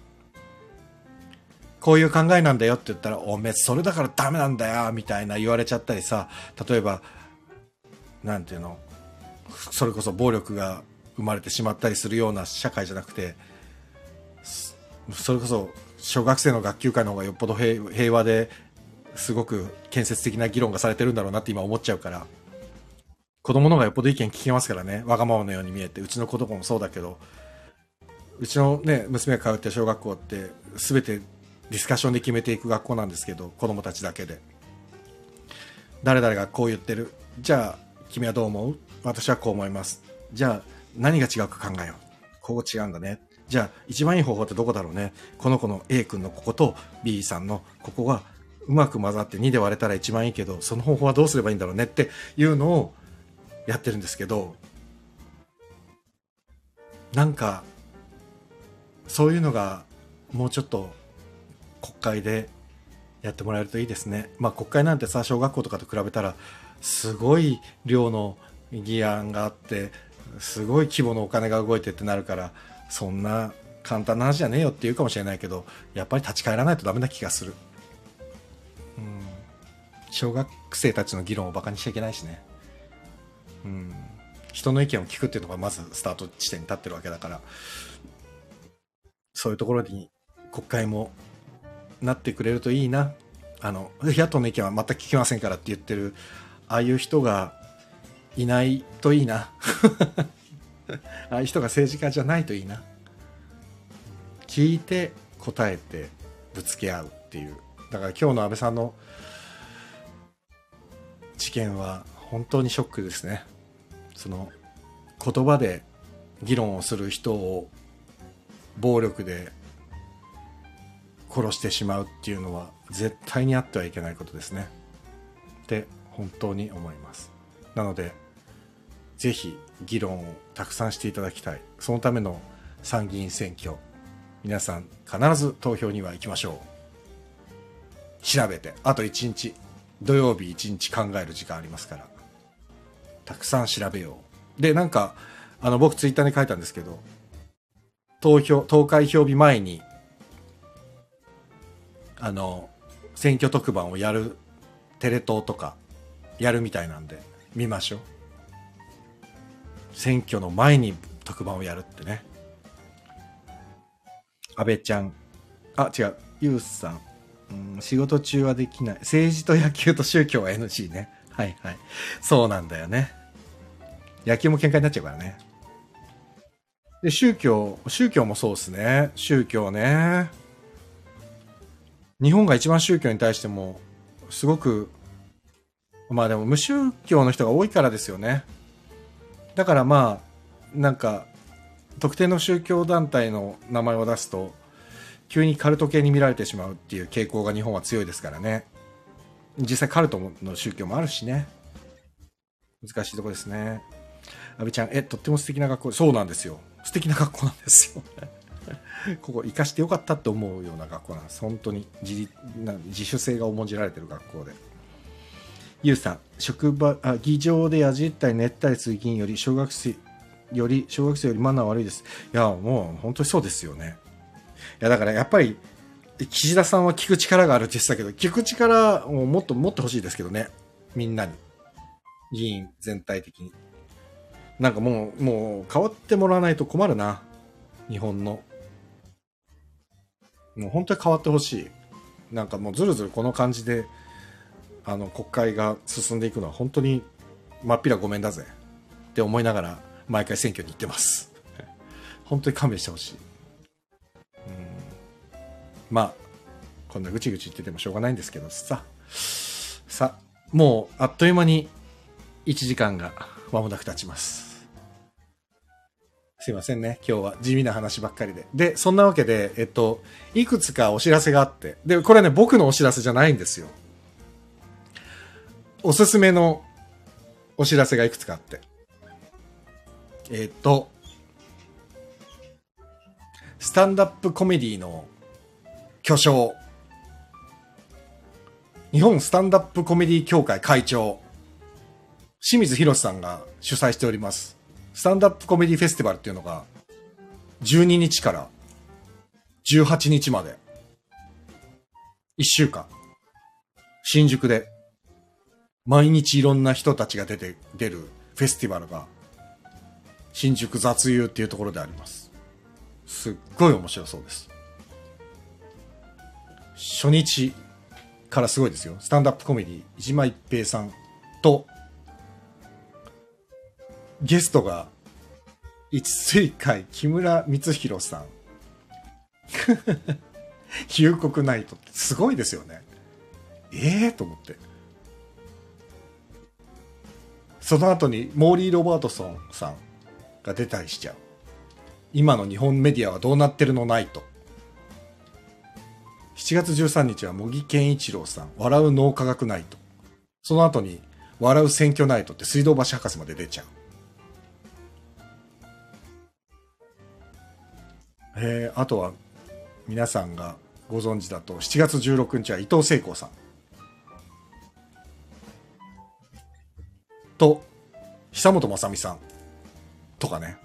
こういう考えなんだよって言ったら、おめえそれだからダメなんだよみたいな言われちゃったりさ、例えばなんていうの、それこそ暴力が生まれてしまったりするような社会じゃなくて、それこそ小学生の学級会の方がよっぽど平平和ですごく建設的な議論がされてるんだろうなって今思っちゃうから、子供の方がよっぽど意見聞けますからね。わがままのように見えて、うちの子供もそうだけど、うちのね娘が通ってる小学校って全てディスカッションで決めていく学校なんですけど、子供たちだけで誰々がこう言ってる、じゃあ君はどう思う、私はこう思います、じゃあ何が違うか考えよう、こう違うんだね、じゃあ一番いい方法ってどこだろうね、この子の A 君のここと B さんのここはうまく混ざってにで割れたら一番いいけど、その方法はどうすればいいんだろうねっていうのをやってるんですけど、なんかそういうのがもうちょっと国会でやってもらえるといいですね。まあ国会なんてさ、小学校とかと比べたらすごい量の議案があって、すごい規模のお金が動いてってなるから、そんな簡単な話じゃねえよって言うかもしれないけど、やっぱり立ち返らないとダメな気がする。うん、小学生たちの議論をバカにしちゃいけないしね。うん、人の意見を聞くっていうのがまずスタート地点に立ってるわけだから、そういうところに国会もなってくれるといいな。あの野党の意見は全く聞きませんからって言ってるああいう人がいないといいなああいう人が政治家じゃないといいな。聞いて答えてぶつけ合うっていう。だから今日の安倍さんの事件は本当にショックですね。その言葉で議論をする人を暴力で殺してしまうっていうのは絶対にあってはいけないことですねって本当に思います。なのでぜひ議論をたくさんしていただきたい。そのための参議院選挙、皆さん必ず投票には行きましょう。調べてあといちにち、土曜日いちにち考える時間ありますから、たくさん調べよう。でなんかあの僕ツイッターに書いたんですけど、投票投開票日前にあの選挙特番をやるテレ東とかやるみたいなんで見ましょう。選挙の前に特番をやるってね。安倍ちゃん、あ違う、ゆうさん、うん、仕事中はできない。政治と野球と宗教は エヌジー ね。はいはい、そうなんだよね。野球も喧嘩になっちゃうからね。で宗教宗教もそうですね。宗教ね、日本が一番宗教に対してもすごく、まあでも無宗教の人が多いからですよね。だからまあなんか特定の宗教団体の名前を出すと急にカルト系に見られてしまうっていう傾向が日本は強いですからね。実際カルトの宗教もあるしね。難しいところですね。阿部ちゃん、えとっても素敵な学校。そうなんですよ、素敵な学校なんですよここ生かしてよかったって思うような学校なんです。本当に 自, な自主性が重んじられてる学校で。ゆうさん、職場あ議場でやじったり練ったりする議員より小学生より小学生よりマナー悪いです。いやもう本当にそうですよね。いやだからやっぱり岸田さんは聞く力があるって言ってたけど、聞く力をもっと持ってほしいですけどね。みんなに、議員全体的になんかもうもう変わってもらわないと困るな。日本のもう本当に変わってほしい。なんかもうずるずるこの感じであの国会が進んでいくのは本当にまっぴらごめんだぜって思いながら毎回選挙に行ってます本当に勘弁してほしい。うん、まあこんなぐちぐち言っててもしょうがないんですけどささもうあっという間にいちじかんが間もなく経ちます。すいませんね、今日は地味な話ばっかりで。でそんなわけでえっといくつかお知らせがあって、でこれね僕のお知らせじゃないんですよ。おすすめのお知らせがいくつかあって、えっとスタンダップコメディの巨匠、日本スタンダップコメディ協会会長清水宏さんが主催しておりますスタンダップコメディフェスティバルっていうのがじゅうににちからじゅうはちにちまでいっしゅうかん新宿で毎日いろんな人たちが出て出るフェスティバルが新宿雑遊っていうところであります。すっごい面白そうです。初日からすごいですよ。スタンダップコメディ飯島一平さんとゲストが一水会木村光弘さん幽谷ナイトってすごいですよね。ええー、と思って、その後にモーリー・ロバートソンさんが出たりしちゃう。今の日本メディアはどうなってるのないと。 しちがつじゅうさんにちは茂木健一郎さん、笑う脳科学ナイト。その後に、笑う選挙ナイトって水道橋博士まで出ちゃう。えー、あとは、皆さんがご存知だと、しちがつじゅうろくにちは伊藤聖光さん。と、久本雅美さん。とかね。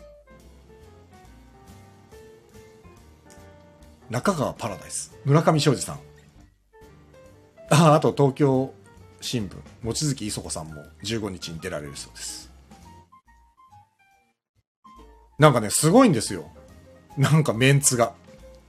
中川パラダイス。村上昌司さん。あ、あと東京新聞。望月磯子さんもじゅうごにちに出られるそうです。なんかね、すごいんですよ。なんかメンツが。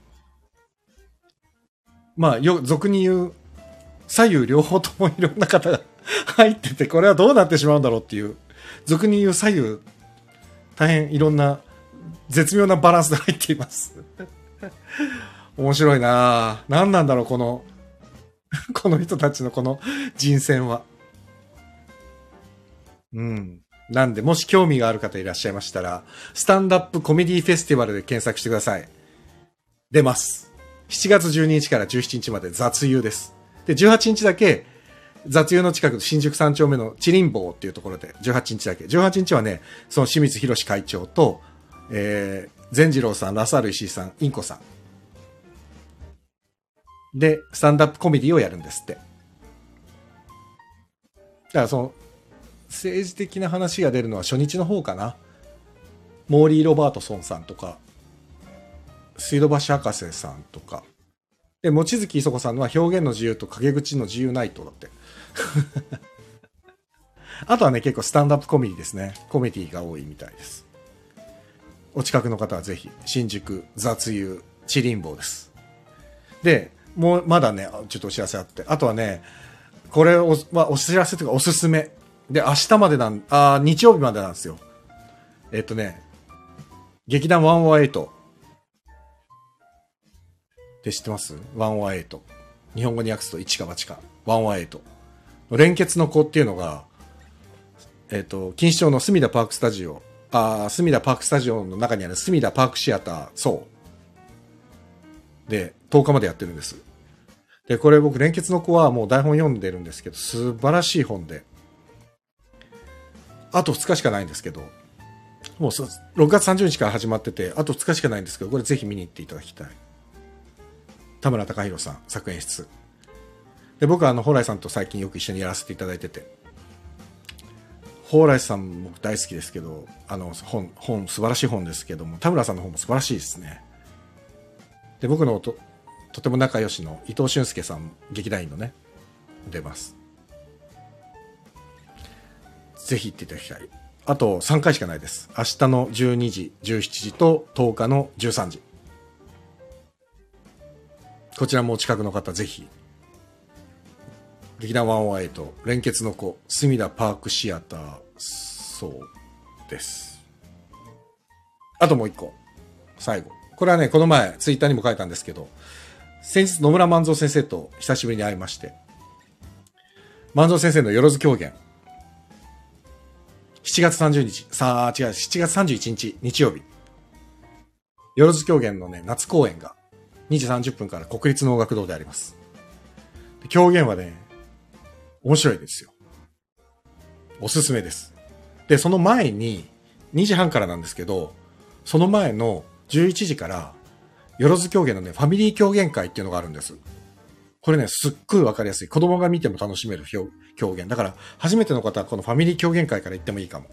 まあ、よ、俗に言う、左右両方ともいろんな方が入ってて、これはどうなってしまうんだろうっていう、俗に言う左右、大変いろんな、絶妙なバランスで入っています。面白いなぁ。何なんだろう、この、この人たちのこの人選は。うん。なんで、もし興味がある方いらっしゃいましたら、スタンダップコメディフェスティバルで検索してください。出ます。しちがつじゅうににちからじゅうしちにちまで雑遊です。で、じゅうはちにちだけ、雑遊の近く、新宿さん丁目のチリンボーっていうところで、じゅうはちにちだけ。じゅうはちにちはね、その清水博会長と、えー、善次郎さん、ラサール石井さん、インコさん。で、スタンダップコメディをやるんですって。だからその、政治的な話が出るのは初日の方かな。モーリー・ロバートソンさんとか、水道橋博士さんとか。で、望月磯子さんのは表現の自由と陰口の自由ナイトだって。あとはね、結構スタンダップコメディですね。コメディが多いみたいです。お近くの方はぜひ、新宿雑遊チリンボーです。で、もうまだね、ちょっとお知らせあって。あとはね、これを、まあ、お知らせというかおすすめ。で、明日までなん、あ、日曜日までなんですよ。えっとね、劇団ワンオアエイト。って知ってます？ワンオアエイト。日本語に訳すと一か八か。ワンオアエイト。連結の子っていうのが、えっと、錦糸町の隅田パークスタジオ、あ、隅田パークスタジオの中にある隅田パークシアター、そう。で、とおかまでやってるんです。で、これ僕、連結の子はもう台本読んでるんですけど、素晴らしい本で。あとふつかしかないんですけど、もうろくがつさんじゅうにちから始まってて、あとふつかしかないんですけど、これぜひ見に行っていただきたい。田村隆弘さん、作演出。で、僕はあの、蓬莱さんと最近よく一緒にやらせていただいてて、蓬莱さんも大好きですけど、あの、本、本、素晴らしい本ですけども、田村さんの本も素晴らしいですね。で、僕のと、とても仲良しの伊藤俊介さん、劇団員のね、出ます。ぜひ行っていただきたい。あとさんかいしかないです。明日のじゅうにじ、じゅうしちじととおかのじゅうさんじ。こちらもお近くの方ぜひ。劇団ワンオアエイト、連結の子、隅田パークシアター、そうです。あともう一個。最後。これはね、この前ツイッターにも書いたんですけど、先日野村万蔵先生と久しぶりに会いまして、万蔵先生のよろず狂言、しちがつさんじゅうにち、さあ、違う、しちがつさんじゅういちにち、日曜日。よろず狂言のね、夏公演がにじさんじゅっぷんから国立能楽堂であります。狂言はね、面白いですよ。おすすめです。で、その前に、にじはんからなんですけど、その前のじゅういちじから、よろず狂言のね、ファミリー狂言会っていうのがあるんです。これね、すっごいわかりやすい。子供が見ても楽しめる狂言。だから、初めての方はこのファミリー狂言会から行ってもいいかも。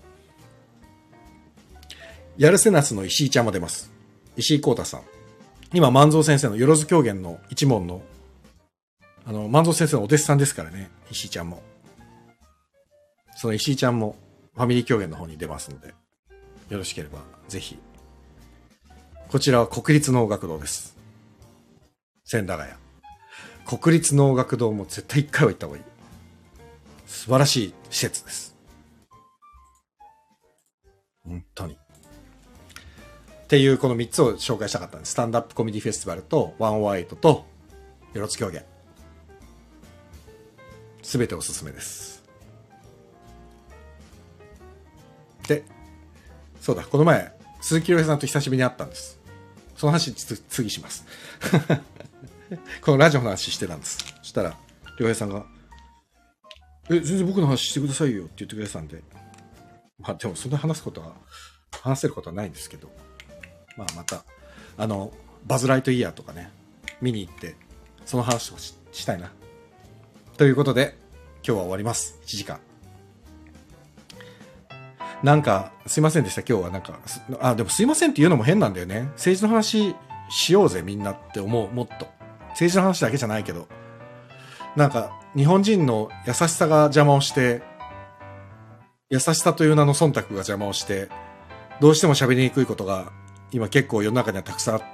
やるせなすの石井ちゃんも出ます。石井光太さん。今、万蔵先生のよろず狂言の一門の、あの、万蔵先生のお弟子さんですからね、石井ちゃんも。その石井ちゃんもファミリー狂言の方に出ますので、よろしければぜひ。こちらは国立能楽堂です。千駄ヶ谷。国立能楽堂も絶対一回は行った方がいい。素晴らしい施設です。本当に。っていうこのみっつを紹介したかったんです。スタンダップコメディフェスティバルとワンオアエイトとよろず狂言。すべておすすめです。で、そうだ、この前、鈴木亮平さんと久しぶりに会ったんです。その話、次します。 このラジオの話してたんです。そしたら、良平さんが、え、全然僕の話してくださいよって言ってくれてたんで、まあでもそんな話すことは、話せることはないんですけど、まあまた、あの、バズライトイヤーとかね、見に行って、その話を し, したいな。ということで、今日は終わります。いちじかん。なんか、すいませんでした。今日はなんか、あ、でもすいませんって言うのも変なんだよね。政治の話しようぜ、みんなって思う、もっと。政治の話だけじゃないけど。なんか、日本人の優しさが邪魔をして、優しさという名の忖度が邪魔をして、どうしても喋りにくいことが、今結構世の中にはたくさんあって、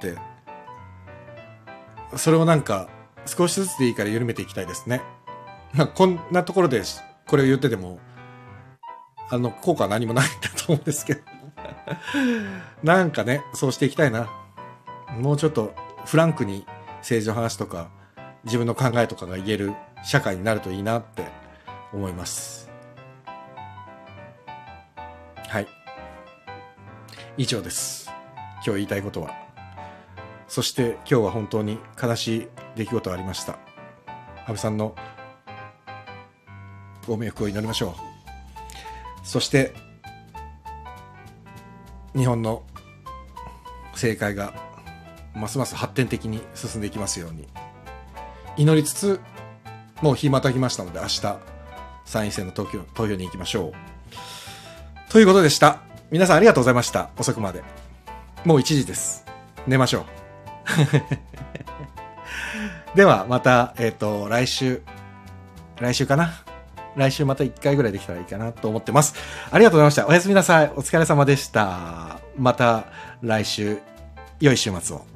それをなんか、少しずつでいいから緩めていきたいですね。こんなところで、これを言ってても、あの、効果は何もないんだと思うんですけど。なんかね、そうしていきたいな。もうちょっと、フランクに政治の話とか、自分の考えとかが言える社会になるといいなって思います。はい。以上です。今日言いたいことは。そして今日は本当に悲しい出来事がありました。安倍さんのご冥福を祈りましょう。そして日本の政界がますます発展的に進んでいきますように祈りつつ、もう日またぎましたので明日参院選の投票、投票に行きましょうということでした。皆さんありがとうございました。遅くまで。もういちじです。寝ましょう。ではまた、えっと、来週、来週かな。来週またいっかいぐらいできたらいいかなと思ってます。ありがとうございました。おやすみなさい。お疲れ様でした。また来週、良い週末を。